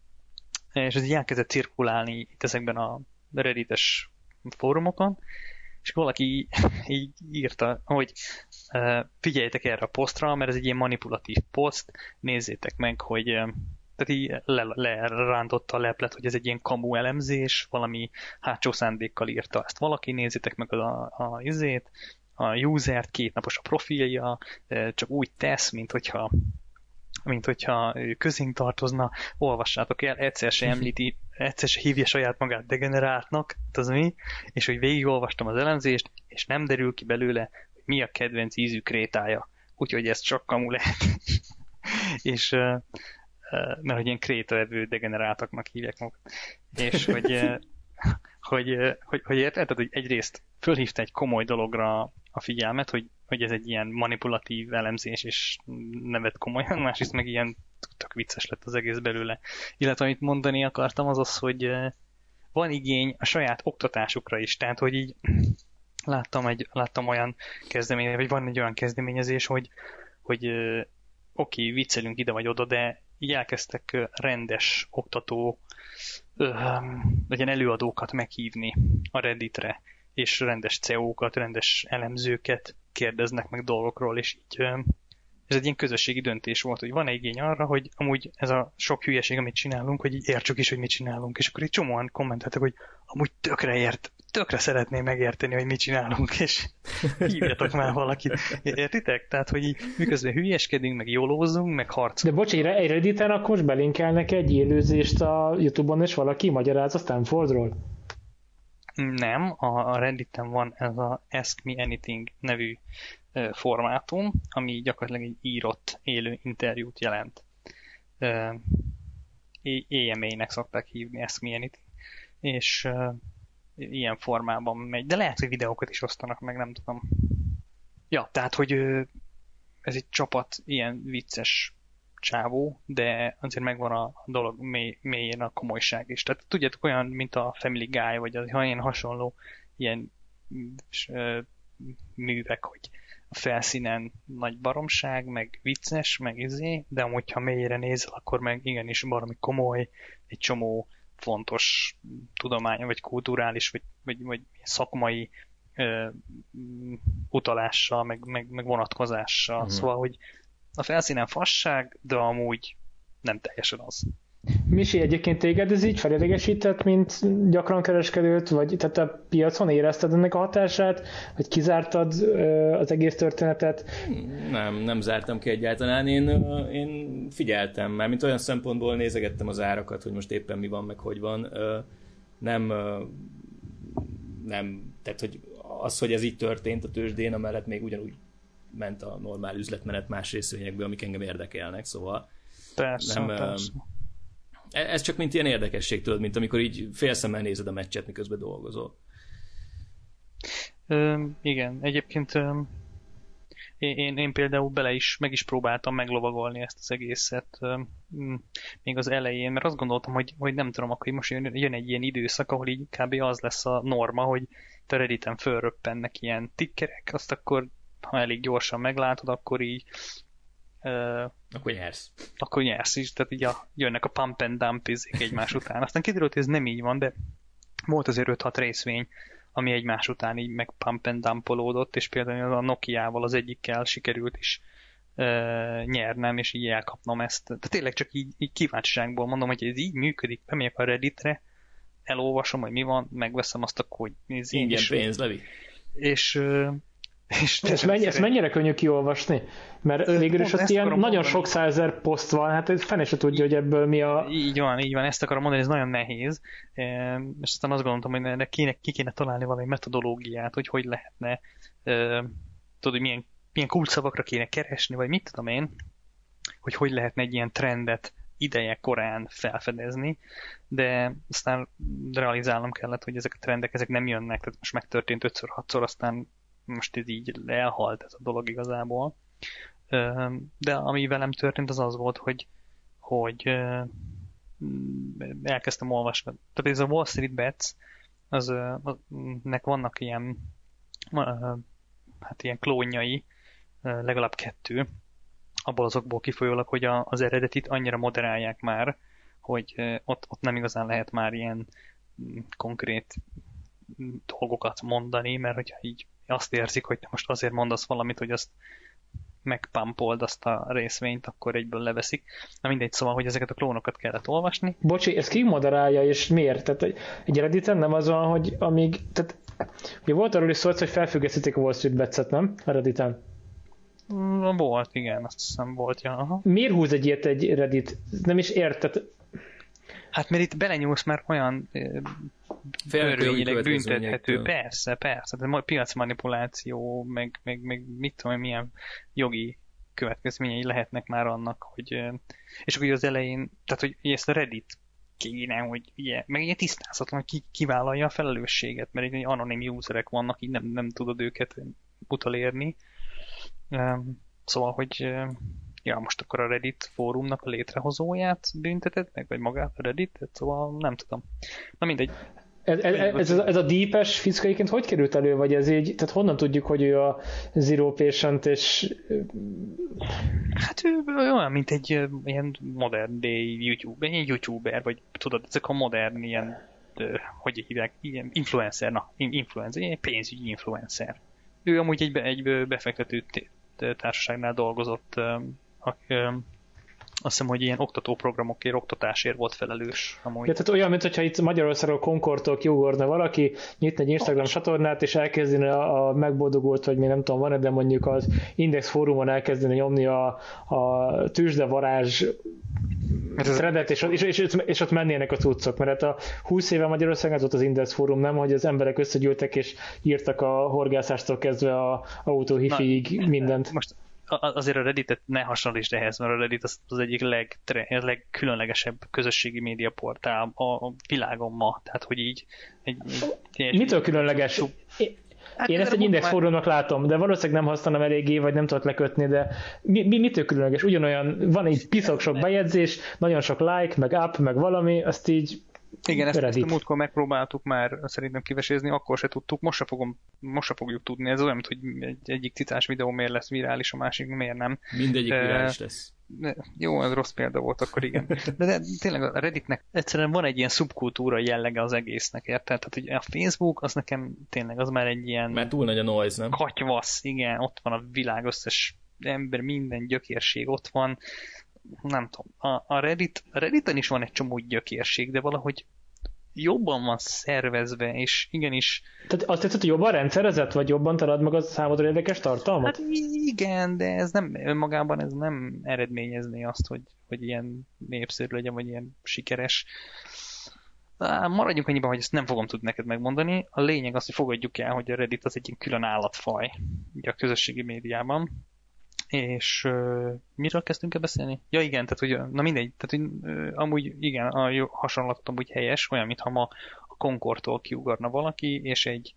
ez így elkezdett cirkulálni itt ezekben a Reddites fórumokon, és valaki így írta, hogy figyeljetek erre a posztra, mert ez egy ilyen manipulatív poszt, nézzétek meg, hogy tehát így lerántotta a leplet, hogy ez egy ilyen kamu elemzés, valami hátsó szándékkal írta ezt valaki, nézzétek meg a usert, 2 napos a profilja, csak úgy tesz, mint hogyha ő közénk tartozna, olvassátok el, egyszer se hívja saját magát degeneráltnak, az mi, és hogy végigolvastam az elemzést, és nem derül ki belőle, hogy mi a kedvenc ízű krétája. Úgyhogy ez csak kamu lehet. És mert hogy ilyen krétaevő degeneráltaknak hívják magukat. És hogy érted, hogy egyrészt fölhívta egy komoly dologra a figyelmet, hogy ez egy ilyen manipulatív elemzés, és nevet komolyan, másrészt meg ilyen tök vicces lett az egész belőle. Illetve amit mondani akartam, az az, hogy van igény a saját oktatásukra is, tehát hogy így láttam olyan kezdeményezés, vagy van egy olyan kezdeményezés, hogy oké, viccelünk ide vagy oda, de így elkezdtek rendes oktató, legyen előadókat meghívni a Redditre, és rendes CEO-kat, rendes elemzőket kérdeznek meg dolgokról, és így ez egy ilyen közösségi döntés volt, hogy van-e igény arra, hogy amúgy ez a sok hülyeség, amit csinálunk, hogy így értsük is, hogy mit csinálunk, és akkor egy csomóan kommenteltek, hogy amúgy tökre szeretném megérteni, hogy mit csinálunk, és hívjatok már valakit. Értitek? Tehát, hogy így miközben hülyeskedünk, meg jólózzunk, meg harcolunk. De bocs, egy Redditen akkor most belinkelnek egy élőzést a YouTube-on, és valaki magyaráz a Stanfordról? Nem, a Redditen van ez a Ask Me Anything nevű formátum, ami gyakorlatilag egy írott, élő interjút jelent. AMA-nek szokták hívni, Ask Me Anything, és ilyen formában megy, de lehet, hogy videókat is osztanak meg, nem tudom. Ja, tehát, hogy ez egy csapat ilyen vicces csávó, de azért megvan a dolog mélyén a komolyság is. Tehát tudjátok, olyan, mint a Family Guy, vagy az ilyen hasonló ilyen művek, hogy a felszínen nagy baromság, meg vicces, meg de amúgy, ha mélyére nézel, akkor meg igenis baromi komoly, egy csomó fontos tudomány, vagy kulturális, vagy szakmai utalással, meg vonatkozással. Szóval, hogy a felszínen fasság, de amúgy nem teljesen az. Misi, egyébként téged ez így felidegesített, mint gyakran kereskedőt, vagy tehát a piacon érezted ennek a hatását, vagy kizártad az egész történetet? Nem zártam ki egyáltalán. Én figyeltem, már mint olyan szempontból nézegettem az árakat, hogy most éppen mi van, meg hogy van. Nem, tehát hogy az, hogy ez így történt a tőzsdén, amellett még ugyanúgy ment a normál üzletmenet más részvényekből, amik engem érdekelnek, szóval persze. Ez csak mint ilyen érdekesség, tudod, mint amikor így félszemmel nézed a meccset, miközben dolgozol. Igen, egyébként én például meg is próbáltam meglovagolni ezt az egészet még az elején, mert azt gondoltam, hogy nem tudom, akkor most jön egy ilyen időszak, ahol így kb. Az lesz a norma, hogy te Redditen fölröppennek ilyen tikkerek, azt akkor, ha elég gyorsan meglátod, akkor így akkor nyersz. Akkor nyersz is, tehát így jönnek a pump and dump egymás után. Aztán kiderült, hogy ez nem így van, de volt azért 5-6 részvény, ami egymás után így meg pump and dumpolódott, és például a Nokia-val az egyikkel sikerült is nyernem, és így elkapnom ezt. De tényleg csak így kíváncsiságból mondom, hogy ez így működik, bemegyek a Redditre, elolvasom, hogy mi van, megveszem azt, akkor hogy nézz. Ingyen pénz, Levi. És ezt mennyire könnyű kiolvasni? Mert végül is ott ilyen nagyon sok százezer poszt van, hát ez fene se tudja, hogy ebből mi a... Így van, ezt akarom mondani, ez nagyon nehéz. És aztán azt gondoltam, hogy ki kéne találni valami metodológiát, hogy lehetne, tudod, hogy milyen kulcsszavakra kéne keresni, vagy mit tudom én, hogy lehetne egy ilyen trendet ideje korán felfedezni, de aztán realizálnom kellett, hogy ezek a trendek ezek nem jönnek, tehát most megtörtént 5-6-szor, aztán most ez így elhalt ez a dolog igazából. De ami velem történt, az volt, hogy elkezdtem olvasni. Tehát ez a Wall Street Bets, nek vannak ilyen ilyen klónjai, legalább 2, abból azokból kifolyólag, hogy az eredetit annyira moderálják már, hogy ott nem igazán lehet már ilyen konkrét dolgokat mondani, mert hogyha így azt érzik, hogy te most azért mondasz valamit, hogy azt megpumpold azt a részvényt, akkor egyből leveszik. Na mindegy, szóval, hogy ezeket a klónokat kellett olvasni. Bocsi, ez ki moderálja, és miért? Tehát egy Redditen nem az van, hogy amíg... Tehát, ugye volt arról is szó, hogy felfüggesztették a Wall Street Bets-et, nem? A Redditen. Volt, igen, azt hiszem volt, ja. Aha. Miért húz egy ilyet egy Reddit? Nem is érted. Hát mert itt belenyúlsz már olyan törvényileg büntethető, persze, tehát piacmanipuláció, meg mit tudom, milyen jogi következményei lehetnek már annak, hogy és akkor az elején, tehát hogy ezt a Reddit kéne, hogy ugye, meg ilyen tisztázatlan, hogy ki vállalja a felelősséget, mert egy anonim userek vannak, így nem tudod őket utolérni. Szóval, hogy most akkor a Reddit fórumnak a létrehozóját bünteted meg, vagy magát a Reddit, szóval nem tudom. Na mindegy. Ez a deep-es fiszka egyébként hogy került elő, vagy ez így, tehát honnan tudjuk, hogy ő a Zero Patient, és... Hát ő olyan, mint egy ilyen modern day YouTuber, vagy tudod, ezek a modern ilyen, hogy hívják, ilyen influencer, influencer, pénzügyi influencer. Ő amúgy egy befektető társaságnál dolgozott, azt hiszem, hogy ilyen oktatóprogramokért, oktatásért volt felelős. Amúgy. Ja, tehát olyan, mintha itt Magyarországról Concordtól kiugorna valaki, nyitna egy Instagram csatornát, és elkezdene a megboldogult, vagy még nem tudom, van, de mondjuk az Index fórumon elkezdene nyomni a tőzsdevarázs threadet, és ott mennének a cuccok, mert hát a 20 éve Magyarországon ez volt az Index fórum, nem, hogy az emberek összegyűltek, és írtak a horgászástól kezdve a autóhifiig mindent. Most azért a Redditet ne hasonlítsd ehhez, mert a Reddit az egyik legkülönlegesebb közösségi médiaportál a világon ma. Tehát, hogy így... Mitől különleges? Én ezt egy Index fórumnak látom, de valószínűleg nem használom eléggé, vagy nem tudok lekötni, de mitől különleges? Ugyanolyan, van egy piszok sok bejegyzés, nagyon sok like, meg up, meg valami, azt így... Igen, ezt a múltkor megpróbáltuk már szerintem kivesézni, akkor se tudtuk, most se fogjuk tudni. Ez olyan, mint hogy egyik cicás videó miért lesz virális, a másik miért nem. Mindegyik virális lesz. Jó, ez rossz példa volt akkor, igen. De tényleg a Redditnek egyszerűen van egy ilyen szubkultúra jellege az egésznek, érted? Tehát hogy a Facebook, az nekem tényleg az már egy ilyen... Mert túl nagy a noise, nem? Katyvasz, igen, ott van a világ összes ember, minden gyökérség ott van. Nem tudom, a Redditen is van egy csomó gyökérség, de valahogy jobban van szervezve, és igenis... Tehát azt tetszett, hogy jobban rendszerezett, vagy jobban talad meg a számodra érdekes tartalmat? Hát igen, de ez nem, önmagában ez nem eredményezné azt, hogy ilyen népszerű legyen, vagy ilyen sikeres. Maradjunk annyiban, hogy ezt nem fogom tudni neked megmondani. A lényeg az, hogy fogadjuk el, hogy a Reddit az egy külön állatfaj ugye a közösségi médiában. És miről kezdtünk el beszélni? Ja igen, tehát hogy, na mindegy, tehát hogy amúgy igen, a hasonlat amúgy helyes, olyan, mintha ma a Concordtól kiugarna valaki, és egy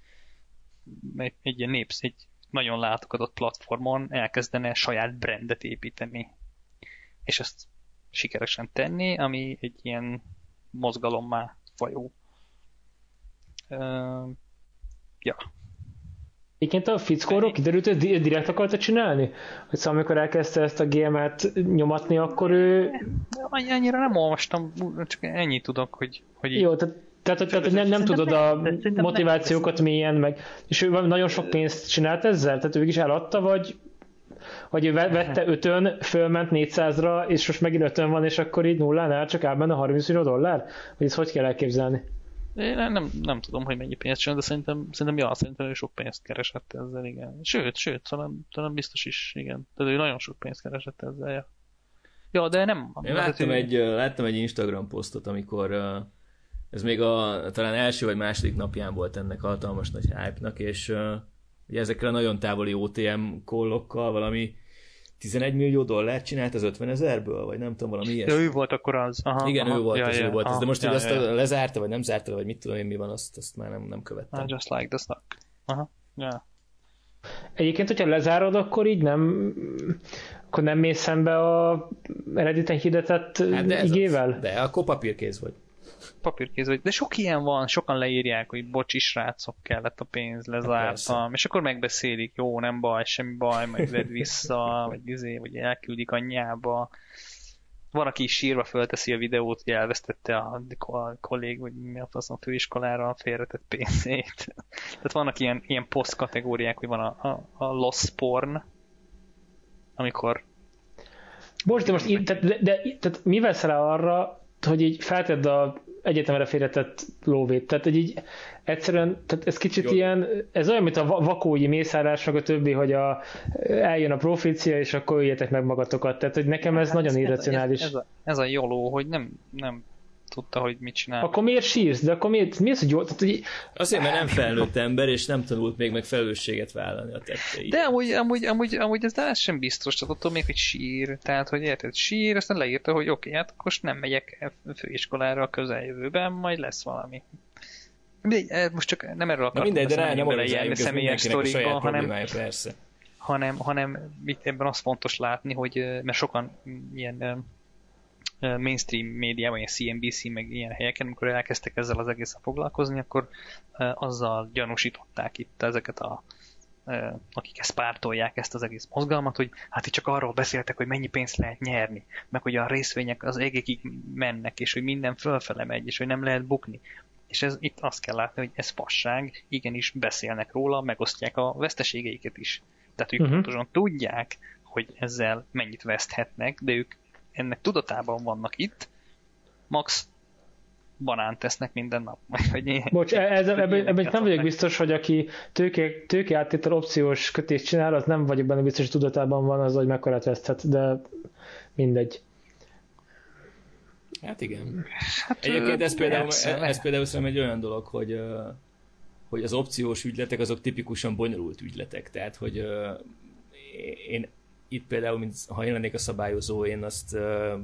ilyen egy nagyon látogatott platformon elkezdene saját brandet építeni. És ezt sikeresen tenni, ami egy ilyen mozgalommá fajó. Ja. Egyébként a fickóról kiderült, hogy direkt akarta csinálni? Hogy szóval amikor elkezdte ezt a GM-et nyomatni, akkor ő... Annyira nem olvastam, csak ennyit tudok, hogy így... Jó, tehát nem tudod a motivációkat mélyen, meg... És ő nagyon sok pénzt csinált ezzel? Tehát ő is eladta, vagy ő vette 5-ön, fölment 400-ra, és most megint 5-ön van, és akkor így nullánál csak elmenne $30 millió? Vagy ezt hogy kell elképzelni? Én nem tudom, hogy mennyi pénzt csinál, de szerintem ő sok pénzt keresett ezzel, igen. Sőt, talán biztos is, igen. Tehát ő nagyon sok pénzt keresett ezzel, ja. Ja, de nem... Én láttam egy Instagram posztot, amikor ez még talán első vagy második napján volt ennek hatalmas nagy hype-nak, és ugye ezekkel a nagyon távoli OTM callokkal valami $11 millió csinált az 50 000-ből, vagy nem tudom, valami ilyesmi. De ő volt akkor az. Aha, igen, aha, ő volt az. De most, hogy azt lezárta, vagy nem zárta le, vagy mit tudom én, mi van, azt már nem követtem. Just like the stock. Aha, yeah. Egyébként, hogyha lezárod, akkor így akkor nem mész szembe a Redditen hirdetett igével? De akkor papírkéz vagy. Papírkéz vagy. De sok ilyen van, sokan leírják, hogy bocsi srácok, kellett a pénz, lezártam, és akkor megbeszélik, jó, nem baj, semmi baj, majd vedd vissza, vagy elküldik anyjába. Van, aki sírva fölteszi a videót, hogy elvesztette a kollég, vagy mi a főiskolára félretett pénzét. Tehát vannak ilyen poszt kategóriák, hogy van a loss porn, amikor... Bocs, de most tehát mi vesz rá arra, hogy így feltedd a egyetemre félretett lóvét. Tehát így egyszerűen, tehát ez kicsit ilyen, ez olyan, mint a vakói mészárás, meg a többi, hogy eljön a profícia, és akkor öljetek meg magatokat. Tehát, hogy nekem ez nagyon irracionális. Ez a joló, hogy nem tudta, hogy mit csinál. Akkor miért sírsz? De akkor mi az, hogy jó? Tehát, hogy... Azért, mert nem felnőtt ember, és nem tanult még meg felelősséget vállalni a tetteit. De amúgy ez sem biztos, tehát attól még, hogy sír. Tehát, hogy érted, sír, aztán leírta, hogy oké, hát akkor most nem megyek főiskolára a közeljövőben, majd lesz valami. Most csak nem erről akartam belejelni személyes sztorikba, hanem ebben az fontos látni, hogy mert sokan ilyen mainstream médiában, ilyen CNBC, meg ilyen helyeken, amikor elkezdtek ezzel az egészen foglalkozni, akkor azzal gyanúsították itt ezeket akik ezt pártolják, ezt az egész mozgalmat, hogy hát itt csak arról beszéltek, hogy mennyi pénzt lehet nyerni, meg hogy a részvények az égekig mennek, és hogy minden fölfele megy, és hogy nem lehet bukni. És itt azt kell látni, hogy ez fasság, igenis beszélnek róla, megosztják a veszteségeiket is. Tehát ők pontosan tudják, hogy ezzel mennyit veszthetnek, de ők ennek tudatában vannak itt, max banánt tesznek minden nap. Bocs, ebben nem vagyok biztos, hogy aki tőke áttétel opciós kötést csinál, az nem vagyok benne biztos, hogy tudatában van az, hogy mekkorát veszthet, de mindegy. Hát igen. Hát, egyébként ez például szerintem egy olyan dolog, hogy az opciós ügyletek azok tipikusan bonyolult ügyletek. Tehát, hogy én itt például, ha én lennék a szabályozó, én azt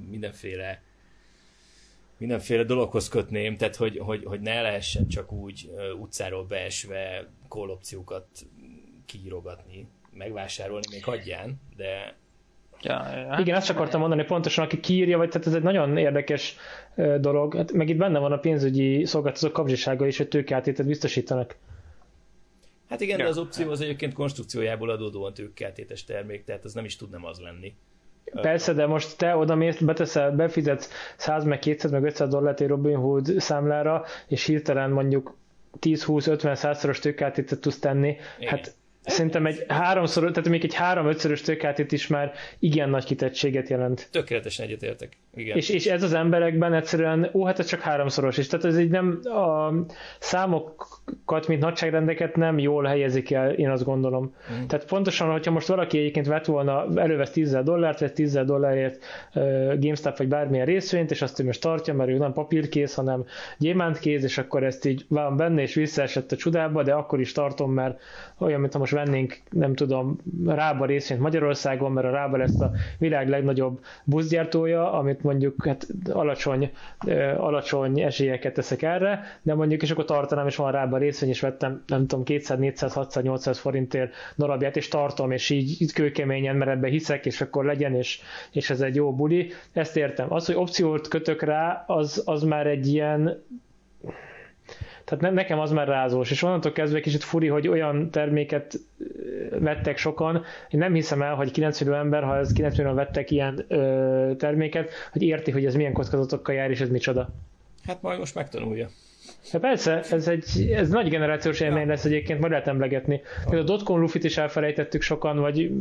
mindenféle dologhoz kötném, tehát hogy ne lehessen csak úgy utcáról beesve call opciókat kiírogatni, megvásárolni, még hagyján, de... Igen, azt akartam mondani, pontosan aki kiírja, vagy tehát ez egy nagyon érdekes dolog, hát meg itt benne van a pénzügyi szolgáltatók kapzsisága is, hogy tőkeáttételt biztosítanak. Hát igen, de az opció az egyébként konstrukciójából adódóan tőkeáttétes termék, tehát az nem is tud nem az lenni. Persze, de most te odamész, befizetsz 100 meg 200 meg 500 dollárt egy Robinhood számlára, és hirtelen mondjuk 10-20-50-100-szoros tőkeáttételt tudsz tenni. Igen. Hát szerintem egy háromszor, tehát még egy 3-5-szörös tőkeáttét is már igen nagy kitettséget jelent. Tökéletesen egyetértek. Igen. És ez az emberekben egyszerűen, hát ez csak 3-szoros is. Tehát ez így nem a számokat, mint nagyságrendeket nem jól helyezik el, én azt gondolom. Tehát pontosan, hogyha most valaki egyébként vett volna, elővesz $10,000, vett $10 GameStop vagy bármilyen részvényt, és azt ő most tartja, mert ő nem papírkész, hanem gyémántkéz, és akkor ezt így van benne, és visszaesett a csudába, de akkor is tartom, mert olyan, mintha most vennénk, nem tudom, Rába részvényt Magyarországon, mert a Rába lesz a világ legnagyobb buszgyártója, amit mondjuk hát alacsony esélyeket teszek erre, de mondjuk és akkor tartanám, és van Rába részvény, és vettem, nem tudom, 200, 400, 600, 800 forintért darabját, és tartom, és így kőkeményen, mert ebbe hiszek, és akkor legyen, és ez egy jó buli. Ezt értem. Az, hogy opciót kötök rá, az már egy ilyen. Tehát nekem az már rázós, és onnantól kezdve kicsit furi, hogy olyan terméket vettek sokan, én nem hiszem el, hogy 9 millió ember, ha ez 9 millió vettek ilyen terméket, hogy érti, hogy ez milyen kockázatokkal jár, és ez micsoda. Hát majd most megtanulja. Ja, persze, ez nagy generációs élmény lesz egyébként, majd lehet emlegetni. A dotcom lufit is elfelejtettük sokan, vagy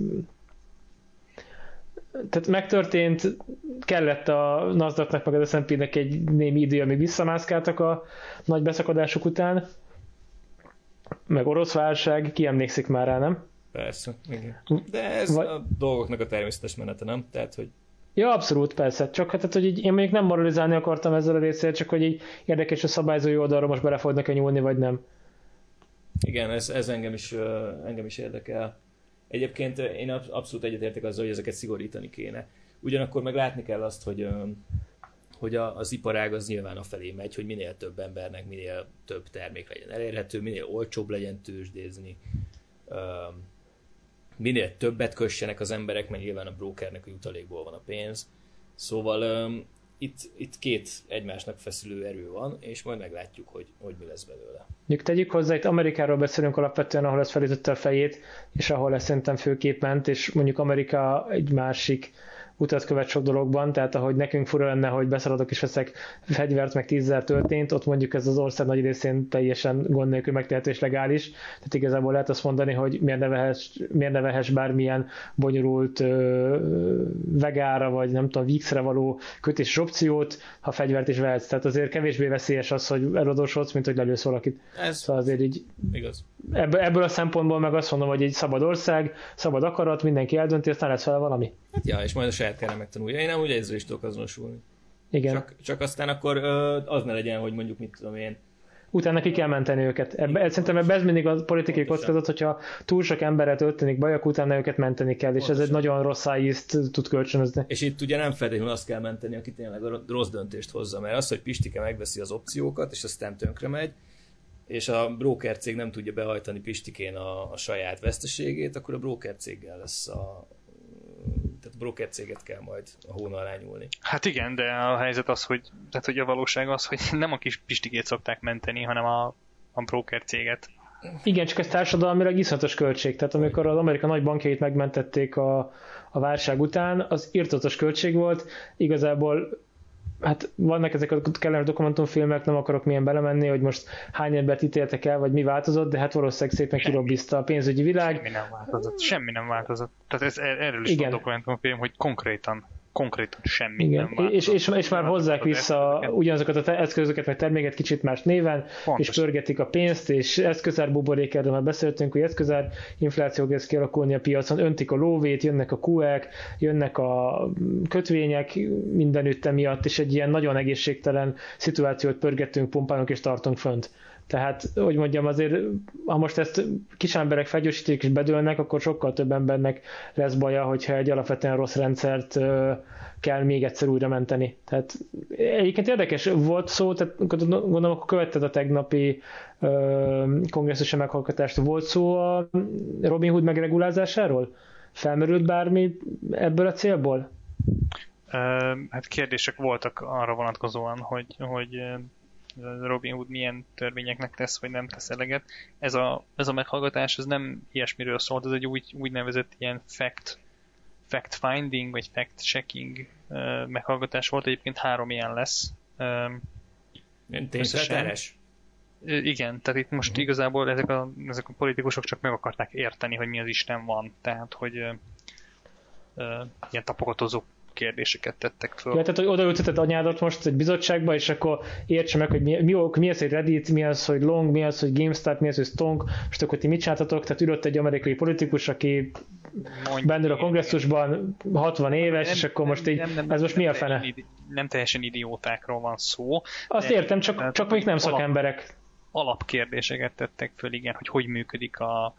tehát megtörtént, kellett a Nasdaqnak meg az S&P-nek egy némi idő, amíg visszamászkáltak a nagy beszakadásuk után, meg orosz válság, ki emlékszik már rá, nem? Persze, igen. De ez a dolgoknak a természetes menete, nem? Tehát, hogy... Ja, abszolút, persze. Csak hát, hogy így, én mondjuk nem moralizálni akartam ezzel a részét, csak hogy így érdekes a szabályzói oldalra most bele fognak-e nyúlni, vagy nem. Igen, ez engem is érdekel. Egyébként én abszolút egyetértek azzal, hogy ezeket szigorítani kéne. Ugyanakkor meg látni kell azt, hogy az iparág az nyilván afelé megy, hogy minél több embernek minél több termék legyen elérhető, minél olcsóbb legyen tőzsdézni, minél többet kössenek az emberek, mert nyilván a brokernek a jutalékból van a pénz. Szóval itt két egymásnak feszülő erő van, és majd meglátjuk, hogy mi lesz belőle. Tegyük hozzá, itt Amerikáról beszélünk alapvetően, ahol ez felütötte a fejét, és ahol ez szerintem főképp ment, és mondjuk Amerika egy másik utat követ sok dologban, tehát ahogy nekünk fura lenne, hogy beszaladok és veszek fegyvert, meg 10 történt, ott mondjuk ez az ország nagy részén teljesen gond nélkül megtehető és legális. Tehát igazából lehet azt mondani, hogy miért ne vehess bármilyen bonyolult vegára, vagy nem tudom, VIX-re való kötéses opciót, ha fegyvert is vehetsz. Tehát azért kevésbé veszélyes az, hogy eladósodsz, mint hogy lelősz valakit. Szóval azért így igaz. Ebből a szempontból meg azt mondom, hogy egy szabad ország, szabad akarat, mindenki eldönti, aztán lesz vele valami. Hát ja, és majd a saját kellene megtanulja. Én nem úgy ezzel is tudok azonosulni. Igen. Csak aztán akkor az ne legyen, hogy mondjuk mit tudom én. Utána ki kell menteni őket. Szerintem ez mindig a politikai kockázat, hogyha túl sok emberre történik baj, akkor utána őket menteni kell, és ez egy nagyon rossz ízt tud kölcsönözni. És itt ugye nem feltétlenül azt kell menteni, aki tényleg a rossz döntést hozza, mert az, hogy Pistike megveszi az opciókat, és aztán tönkre megy, és a broker cég nem tudja behajtani Pistikén a saját veszteségét, akkor a broker céggel lesz tehát broker céget kell majd a hóna alá nyúlni. Hát igen, de a helyzet az, hogy a valóság az, hogy nem a kis pistigét szokták menteni, hanem a broker céget. Igen, csak ez társadalmilag iszonyatos költség. Tehát amikor az Amerika nagy bankjait megmentették a válság után, az irtózatos költség volt. Igazából hát vannak ezek a kellemes dokumentumfilmek, nem akarok milyen belemenni, hogy most hány embert ítéltek el, vagy mi változott, de hát valószínűleg szépen kirobbizta a pénzügyi világ. Semmi nem változott. Tehát erről is van dokumentumfilm, hogy konkrétan semmi nem változott. És már hozzák vissza ugyanazokat az eszközöket, meg terméket kicsit más néven, és pörgetik a pénzt, és eszközár buborék, erről már beszéltünk, hogy eszközár infláció kezd kialakulni a piacon, öntik a lóvét, jönnek a QE-k, jönnek a kötvények mindenütt emiatt, és egy ilyen nagyon egészségtelen szituációt pörgetünk, pumpálunk és tartunk fönt. Tehát, hogy mondjam, azért, ha most ezt kis emberek felgyorsítják és bedőlnek, akkor sokkal több embernek lesz baja, hogyha egy alapvetően rossz rendszert kell még egyszer újra menteni. Tehát egyébként érdekes volt szó, tehát gondolom, akkor követted a tegnapi kongresszusi meghallgatást. Volt szó a Robinhood megregulázásáról? Felmerült bármi ebből a célból? Hát kérdések voltak arra vonatkozóan, hogy Robinhood milyen törvényeknek tesz, vagy nem tesz eleget. Ez a meghallgatás, ez nem ilyesmiről szólt, ez egy úgynevezett ilyen fact-finding, vagy fact-checking meghallgatás volt, egyébként 3 ilyen lesz. Tényfeltárás? Igen, tehát itt most igazából ezek a politikusok csak meg akarták érteni, hogy mi az Isten van, tehát hogy ilyen tapogatózó kérdéseket tettek föl. Ja, tehát, hogy odaültetett anyádat most egy bizottságba, és akkor értse meg, hogy mi az, hogy Reddit, mi az, hogy Long, mi az, hogy GameStop, mi az, hogy Stonk, és akkor ti mit csináltatok? Tehát ülött egy amerikai politikus, aki bennül a kongresszusban 60 éves, és akkor most így, ez most mi a fene? Nem teljesen idiótákról van szó. Azt értem, csak még nem szakemberek. Alapkérdéseket tettek föl, igen, hogy működik a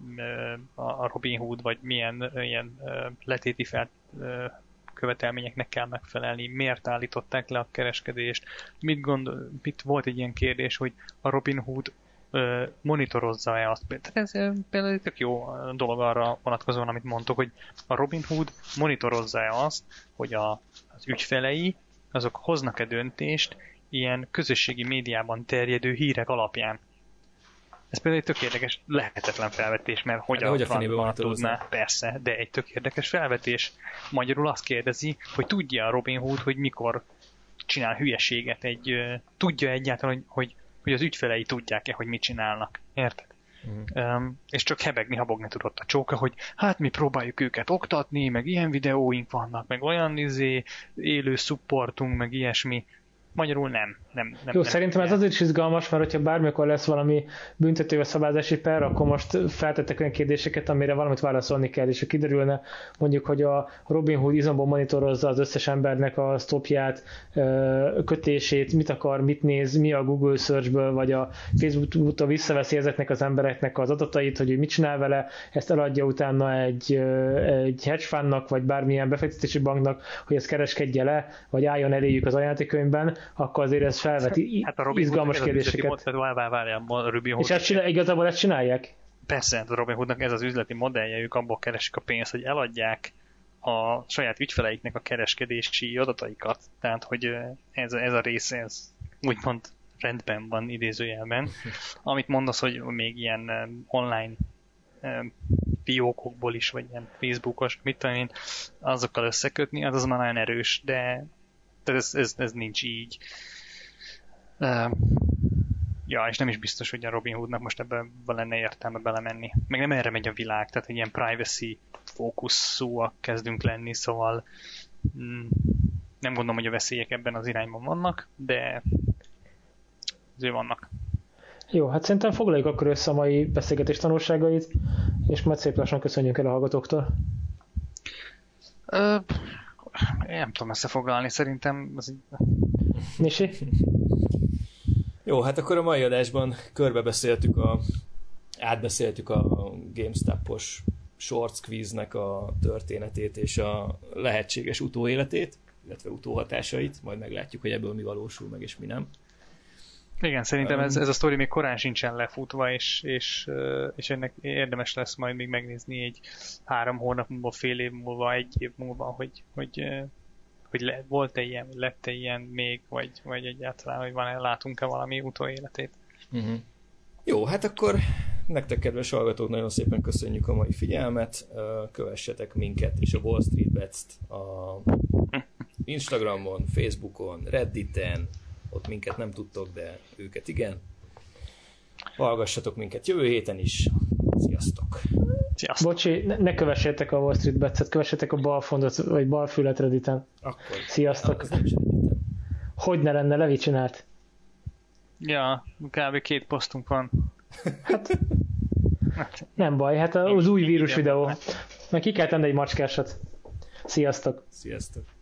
Robinhood, vagy milyen ilyen letéti követelményeknek kell megfelelni, miért állították le a kereskedést, mit volt egy ilyen kérdés, hogy a Robinhood monitorozza-e azt. Tehát ez például egy tök jó dolog arra vonatkozóan, amit mondtok, hogy a Robinhood monitorozza-e azt, hogy az ügyfelei azok hoznak-e döntést ilyen közösségi médiában terjedő hírek alapján. Ez például egy tök érdekes, lehetetlen felvetés, mert hogy a francban tudná, persze, de egy tök érdekes felvetés. Magyarul azt kérdezi, hogy tudja a Robinhood, hogy mikor csinál hülyeséget, tudja egyáltalán, hogy az ügyfelei tudják-e, hogy mit csinálnak. Érted? És csak habogni tudott a csóka, hogy hát mi próbáljuk őket oktatni, meg ilyen videóink vannak, meg olyan élő supportunk, meg ilyesmi. Magyarul nem. Jó, szerintem ez azért is izgalmas, mert hogyha bármikor lesz valami büntető vagy szabályozási per, akkor most feltettek olyan kérdéseket, amire valamit válaszolni kell, és ha kiderülne mondjuk, hogy a Robinhood izomból monitorozza az összes embernek a stopját, kötését, mit akar, mit néz, mi a Google Searchből, vagy a Facebook-tól visszaveszi ezeknek az embereknek az adatait, hogy ő mit csinál vele, ezt eladja utána egy hedge fundnak, vagy bármilyen befektetési banknak, hogy ezt kereskedje le, vagy álljon eléjük az ajánlatékönyvben, akkor azért ez felveti izgalmas kérdéseket. És igazából ezt csinálják? Persze, a Robinhoodnak ez az üzleti modellje, ők abból keresik a pénzt, hogy eladják a saját ügyfeleiknek a kereskedési adataikat. Tehát, hogy ez a része, ez úgymond rendben van idézőjelben. Amit mondasz, hogy még ilyen online fiókokból is, vagy ilyen Facebookos, mit tudom én, azokkal összekötni, az már nagyon erős, de ez nincs így. Ja, és nem is biztos, hogy a Robinhoodnak most ebben lenne értelme belemenni. Meg nem erre megy a világ, tehát ilyen privacy fókuszúak kezdünk lenni, szóval nem gondolom, hogy a veszélyek ebben az irányban vannak, de azért vannak. Jó, hát szerintem foglaljuk akkor össze a mai beszélgetés tanulságait, és majd szép lassan köszönjünk el a hallgatóktól. Én nem tudom összefoglalni, szerintem az így... Nisi? Jó, hát akkor a mai adásban átbeszéltük a GameStop-os shorts quiznek a történetét és a lehetséges utóéletét, illetve utóhatásait, majd meglátjuk, hogy ebből mi valósul meg és mi nem. Igen, szerintem ez a sztori még korán sincsen lefutva, és ennek érdemes lesz majd még megnézni egy 3 hónap múlva, fél év múlva, 1 év múlva, hogy volt-e ilyen, lett-e ilyen még, vagy egyáltalán, hogy látunk-e valami utóéletét. Uh-huh. Jó, hát akkor nektek, kedves hallgatók, nagyon szépen köszönjük a mai figyelmet, kövessetek minket és a Wall Street Bets a Instagramon, Facebookon, Redditen, ott minket nem tudtok, de őket igen. Hallgassatok minket jövő héten is. Sziasztok! Sziasztok. Bocsi, ne kövessétek a Wall Street Bets-et, kövessétek a balfondot, vagy balfület Redditen. Akkor. Sziasztok! Hogy ne lenne, Levi csinált? Ja, kb. 2 posztunk van. Hát, nem baj, hát az új vírus videó. Meg ki kell tenni egy macskásat. Sziasztok! Sziasztok!